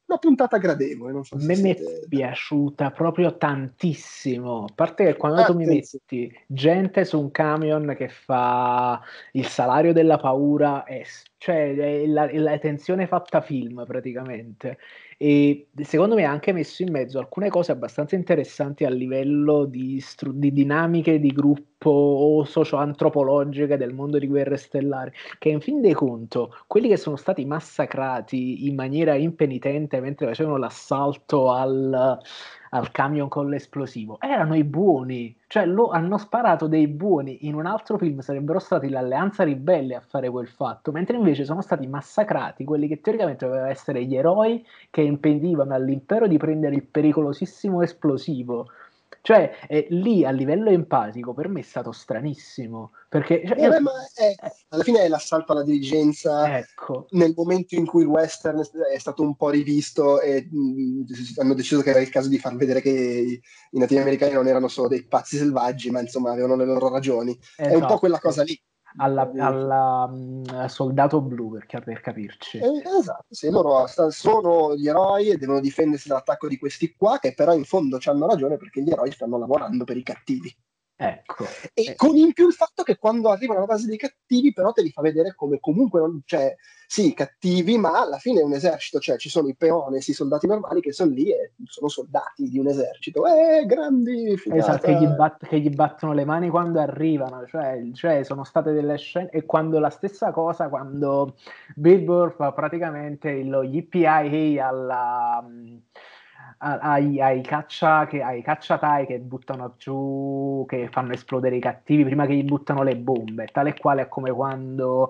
una puntata gradevole, non so A se me mi è siete... piaciuta proprio tantissimo. A parte che quando tu mi Attenzione. metti gente su un camion che fa il salario della paura, è, cioè è la, è la tensione fatta film praticamente. E secondo me ha anche messo in mezzo alcune cose abbastanza interessanti a livello di, stru- di dinamiche di gruppo o socio-antropologiche del mondo di Guerre Stellari, che in fin dei conto, quelli che sono stati massacrati in maniera impenitente mentre facevano l'assalto al, al camion con l'esplosivo, erano i buoni, cioè lo, hanno sparato dei buoni. In un altro film sarebbero stati l'Alleanza Ribelle a fare quel fatto, mentre invece sono stati massacrati quelli che teoricamente dovevano essere gli eroi che impedivano all'impero di prendere il pericolosissimo esplosivo. Cioè, eh, lì a livello empatico per me è stato stranissimo, perché cioè, io, Vabbè, ma è- eh, alla fine è l'assalto alla dirigenza ecco, nel momento in cui il western è stato un po' rivisto e mh, hanno deciso che era il caso di far vedere che i, i nativi americani non erano solo dei pazzi selvaggi, ma insomma avevano le loro ragioni. È un po' quella cosa esatto, lì. alla, Eh, alla, mh, Soldato Blu per, cap- per capirci. esatto, sì, loro sta- sono gli eroi e devono difendersi dall'attacco di questi qua, che però in fondo hanno ragione perché gli eroi stanno lavorando per i cattivi. Ecco, E Eh, con in più il fatto che quando arrivano alla base dei cattivi, però te li fa vedere come comunque non c'è, sì, cattivi, ma alla fine è un esercito, cioè ci sono i peones, i soldati normali che sono lì e sono soldati di un esercito. Eh, grandi, esatto, che gli, figata. bat- che gli battono le mani quando arrivano, cioè, cioè sono state delle scene, e quando la stessa cosa, quando Bill Burr fa praticamente il- lo yippee alla, mh, a- ai, ai, caccia, che, ai cacciatai che buttano giù, che fanno esplodere i cattivi prima che gli buttano le bombe, tale e quale è come quando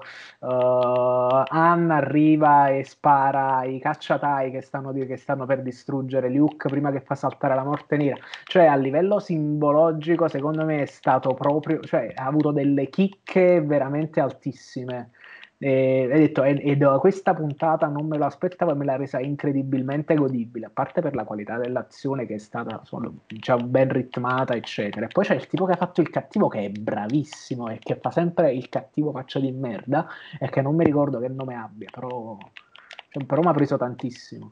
uh, Han arriva e spara ai cacciatai che stanno, di- che stanno per distruggere Luke prima che fa saltare la morte nera. Cioè a livello simbologico secondo me è stato proprio, cioè ha avuto delle chicche veramente altissime. E, hai detto, e, e da questa puntata non me lo aspettavo e me l'ha resa incredibilmente godibile, a parte per la qualità dell'azione che è stata solo, diciamo, ben ritmata, eccetera. E poi c'è il tipo che ha fatto il cattivo che è bravissimo e che fa sempre il cattivo faccia di merda e che non mi ricordo che nome abbia, però, cioè, però mi ha preso tantissimo.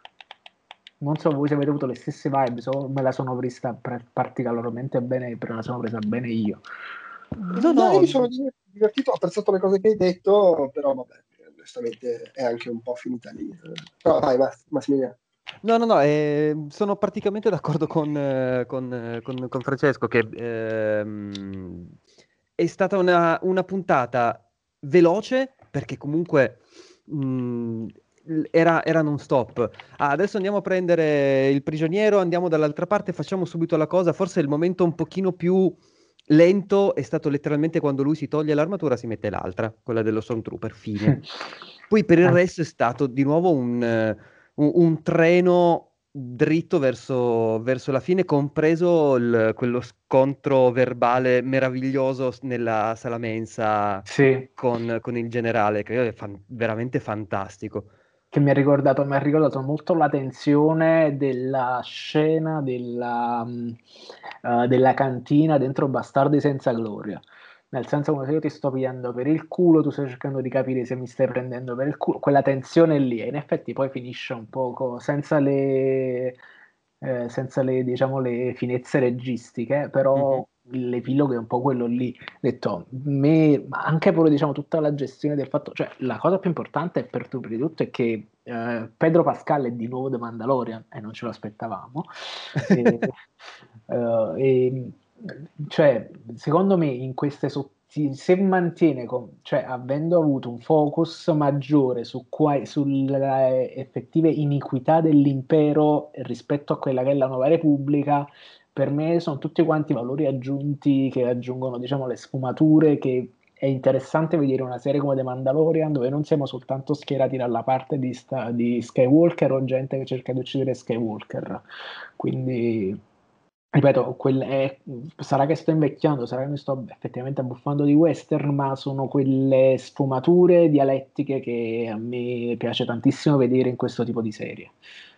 Non so voi se avete avuto le stesse vibes o me la sono presa pre- particolarmente bene, me la sono presa bene io. no, No, io mi no, sono divertito, ho apprezzato le cose che hai detto, però vabbè, onestamente è anche un po' finita lì. Però vai, Mass- Massimiliano. no, no, no, eh, sono praticamente d'accordo con, eh, con, eh, con- con Francesco che ehm, è stata una, una puntata veloce perché comunque mh, era, era non stop. Ah, adesso andiamo a prendere il prigioniero, andiamo dall'altra parte, facciamo subito la cosa. Forse il momento un pochino più lento è stato letteralmente quando lui si toglie l'armatura, si mette l'altra, quella dello Stormtrooper, fine. Poi per il An- resto è stato di nuovo un, eh, un- un treno dritto verso, verso la fine, compreso il- quello scontro verbale meraviglioso s- nella sala mensa sì, con, con il generale, che è fan- veramente fantastico. che mi ha ricordato, mi ha ricordato molto la tensione della scena della, mh, eh, della cantina dentro Bastardi senza gloria. Nel senso, come se io ti sto pigliando per il culo, tu stai cercando di capire se mi stai prendendo per il culo, quella tensione lì, e in effetti poi finisce un poco senza le, eh, senza le, diciamo, le finezze registiche, Mhm. però l'epilogo è un po' quello lì. Detto, me, ma anche pure diciamo tutta la gestione del fatto, cioè la cosa più importante per tu, prima di tutto è che eh, Pedro Pascal è di nuovo The Mandalorian e non ce lo aspettavamo. E, eh, e, cioè, secondo me in queste sotti- se mantiene, con- cioè, avendo avuto un focus maggiore su qua- sulle effettive iniquità dell'impero rispetto a quella che è la nuova Repubblica, per me sono tutti quanti valori aggiunti che aggiungono, diciamo, le sfumature che è interessante vedere una serie come The Mandalorian dove non siamo soltanto schierati dalla parte di, sta- di Skywalker o gente che cerca di uccidere Skywalker. Quindi, ripeto, quel- è- sarà che sto invecchiando, sarà che mi sto effettivamente abbuffando di western, ma sono quelle sfumature dialettiche che a me piace tantissimo vedere in questo tipo di serie.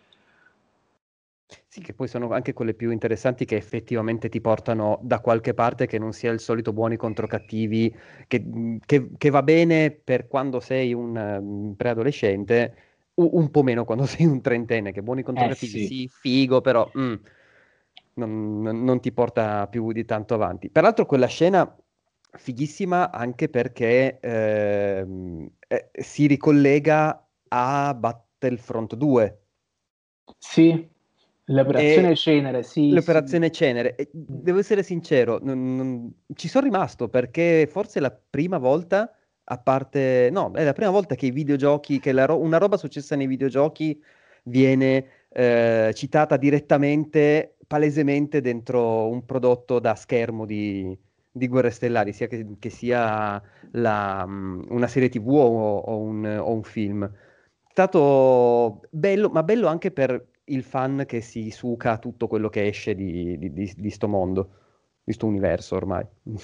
Sì, che poi sono anche quelle più interessanti che effettivamente ti portano da qualche parte che non sia il solito buoni contro cattivi, che, che- che va bene per quando sei un um, preadolescente, un po' meno quando sei un trentenne, che buoni contro Eh, cattivi, sì. sì, figo, però mm, non, non- non ti porta più di tanto avanti. Peraltro quella scena fighissima anche perché ehm, eh, si ricollega a Battlefront due. Sì, l'operazione E Cenere, sì, sì. l'operazione Cenere, e devo essere sincero, non- non- ci sono rimasto perché forse è la prima volta, a parte, no, è la prima volta che i videogiochi, che la ro- una roba successa nei videogiochi viene eh, citata direttamente, palesemente dentro un prodotto da schermo di, di Guerre Stellari, sia che, che sia la, mm, una serie T V o, o un, o un film. È stato bello, ma bello anche per il fan che si suca tutto quello che esce di, di, di, di sto mondo, di sto universo ormai.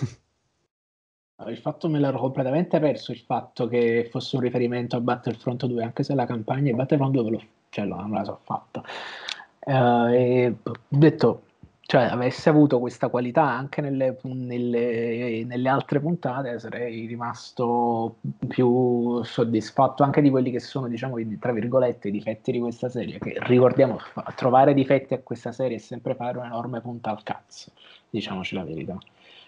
Il fatto me l'ero completamente perso, il fatto che fosse un riferimento a Battlefront due, anche se la campagna di Battlefront due ve lo, cioè, no, non me la so fatta. Eh, e ho detto, cioè, avesse avuto questa qualità anche nelle, nelle- nelle altre puntate, sarei rimasto più soddisfatto anche di quelli che sono, diciamo, i- tra virgolette, i difetti di questa serie, che ricordiamo, fa- trovare difetti a questa serie è sempre fare un'enorme punta al cazzo, diciamoci la verità.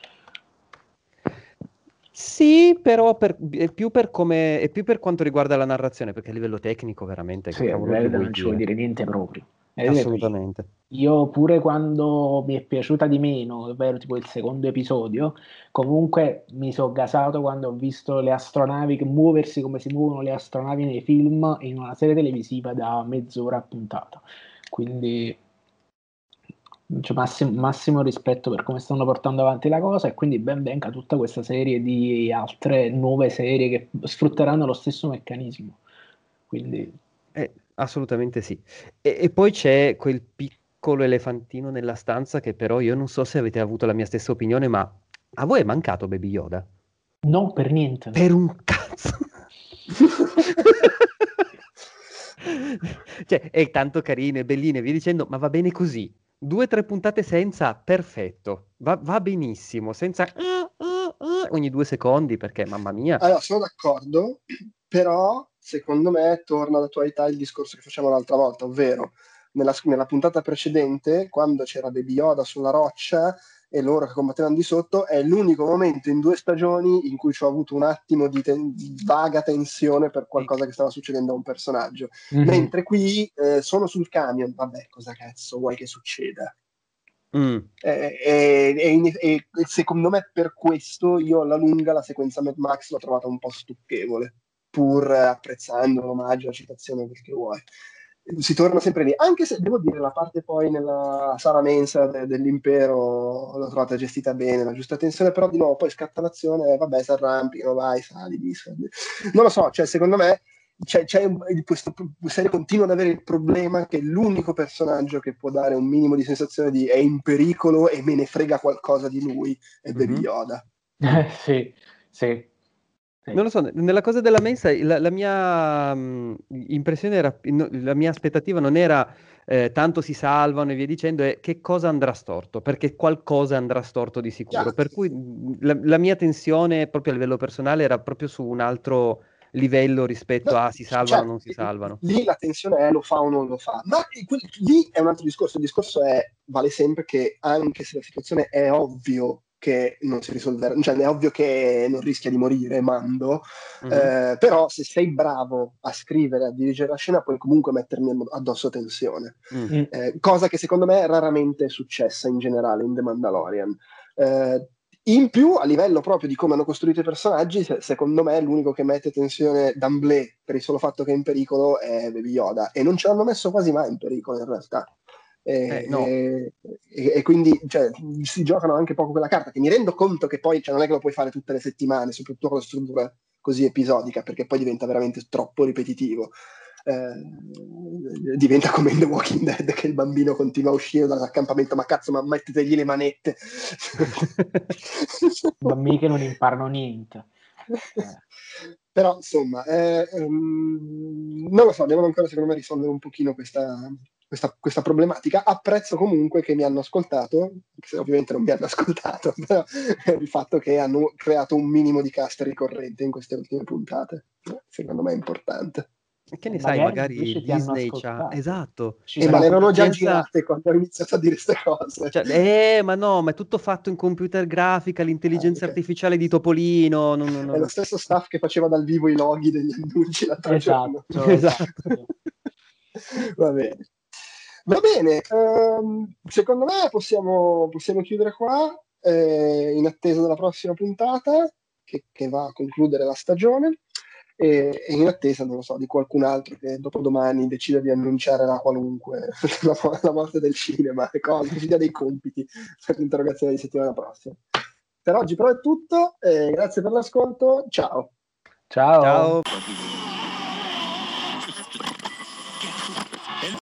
Sì, però per- è più per come, è più per quanto riguarda la narrazione, perché a livello tecnico veramente che Sì, a cavolo gli livello vuoi non ci vuol dire? dire niente proprio. E ripeto, Assolutamente. io pure quando mi è piaciuta di meno, ovvero tipo il secondo episodio, comunque mi sono gasato quando ho visto le astronavi che muoversi come si muovono le astronavi nei film in una serie televisiva da mezz'ora a puntata. Quindi c'è massimo, massimo rispetto per come stanno portando avanti la cosa e quindi ben venga tutta questa serie di altre nuove serie che sfrutteranno lo stesso meccanismo. Quindi Eh, assolutamente sì. E, e poi c'è quel piccolo elefantino nella stanza che però io non so se avete avuto la mia stessa opinione, ma a voi è mancato Baby Yoda? no, per niente. Per un cazzo. Cioè, è tanto carino, è bellino e via dicendo, ma va bene così. Due o tre puntate senza, perfetto. Va, va benissimo, senza ogni due secondi, perché mamma mia. Allora, sono d'accordo, però secondo me torna d'attualità il discorso che facciamo l'altra volta, ovvero nella, nella puntata precedente, quando c'era Baby Yoda sulla roccia e loro che combattevano di sotto, è l'unico momento in due stagioni in cui ci ho avuto un attimo di, ten- di vaga tensione per Sì. qualcosa che stava succedendo a un personaggio. Mhm. Mentre qui eh, sono sul camion, vabbè, cosa cazzo vuoi che succeda? Mm. E, e- e- e secondo me per questo io alla lunga la sequenza Mad Max l'ho trovata un po' stucchevole, pur apprezzando l'omaggio, la citazione, quel che vuoi. Si torna sempre lì, anche se devo dire la parte poi nella sala mensa de- dell'impero l'ho trovata gestita bene, la giusta tensione, però di nuovo poi scatta l'azione, vabbè, si arrampicano, vai, sali, disali. Non lo so, cioè secondo me c'è, c'è un- questo serie continua ad avere il problema che l'unico personaggio che può dare un minimo di sensazione di è in pericolo e me ne frega qualcosa di lui è Baby Mhm. Yoda. Eh, sì, sì. Sì. Non lo so, nella cosa della mensa la, la mia mh, impressione era, no, la mia aspettativa non era eh, tanto si salvano e via dicendo, è che cosa andrà storto, perché qualcosa andrà storto di sicuro. Chiaro. Per cui mh, la, la mia tensione proprio a livello personale era proprio su un altro livello rispetto No, a si salvano o cioè, non si salvano. lì la tensione è lo fa o non lo fa, ma que- lì è un altro discorso. Il discorso è, vale sempre che anche se la situazione è ovvio che non si risolverà, cioè è ovvio che non rischia di morire Mando, Mhm. eh, però se sei bravo a scrivere, a dirigere la scena, puoi comunque mettermi addosso tensione. Mm. Mm. Eh, cosa che secondo me raramente è successa in generale in The Mandalorian. Eh, in più, a livello proprio di come hanno costruito i personaggi, se- secondo me l'unico che mette tensione d'emblée per il solo fatto che è in pericolo è Baby Yoda, e non ce l'hanno messo quasi mai in pericolo in realtà. Eh, no. E, e- e quindi cioè, si giocano anche poco quella carta, che mi rendo conto che poi cioè, non è che lo puoi fare tutte le settimane, soprattutto con la struttura così episodica, perché poi diventa veramente troppo ripetitivo. Eh, diventa come in The Walking Dead, che il bambino continua a uscire dall'accampamento, ma cazzo, ma mettetegli le manette. Bambini che non imparano niente. Eh. Però insomma, eh, ehm, non lo so, devono ancora secondo me risolvere un pochino questa, questa, questa problematica. Apprezzo comunque che mi hanno ascoltato, anche se ovviamente non mi hanno ascoltato, però il fatto che hanno creato un minimo di cast ricorrente in queste ultime puntate, secondo me è importante. Che ne sai, Magari magari invece ti hanno Disney c'ha... ascoltato. Esatto. Ci Eh, c'ha ma sarà le avevano già l'intelligenza- girate quando ho iniziato a dire queste cose. Cioè, eh, ma no, ma è tutto fatto in computer grafica, l'intelligenza Ah, ok. artificiale di Topolino. No, no, no, È lo no. stesso staff che faceva dal vivo i loghi degli annunci l'altro giorno. Esatto, esatto. Va bene. Va bene, ehm, secondo me possiamo, possiamo chiudere qua, eh, in attesa della prossima puntata che, che va a concludere la stagione e, e in attesa, non lo so, di qualcun altro che dopodomani decida di annunciare la qualunque, la, la morte del cinema, e cose, che ci dia dei compiti per l'interrogazione di settimana prossima. Per oggi però è tutto, eh, grazie per l'ascolto, ciao. Ciao. Ciao.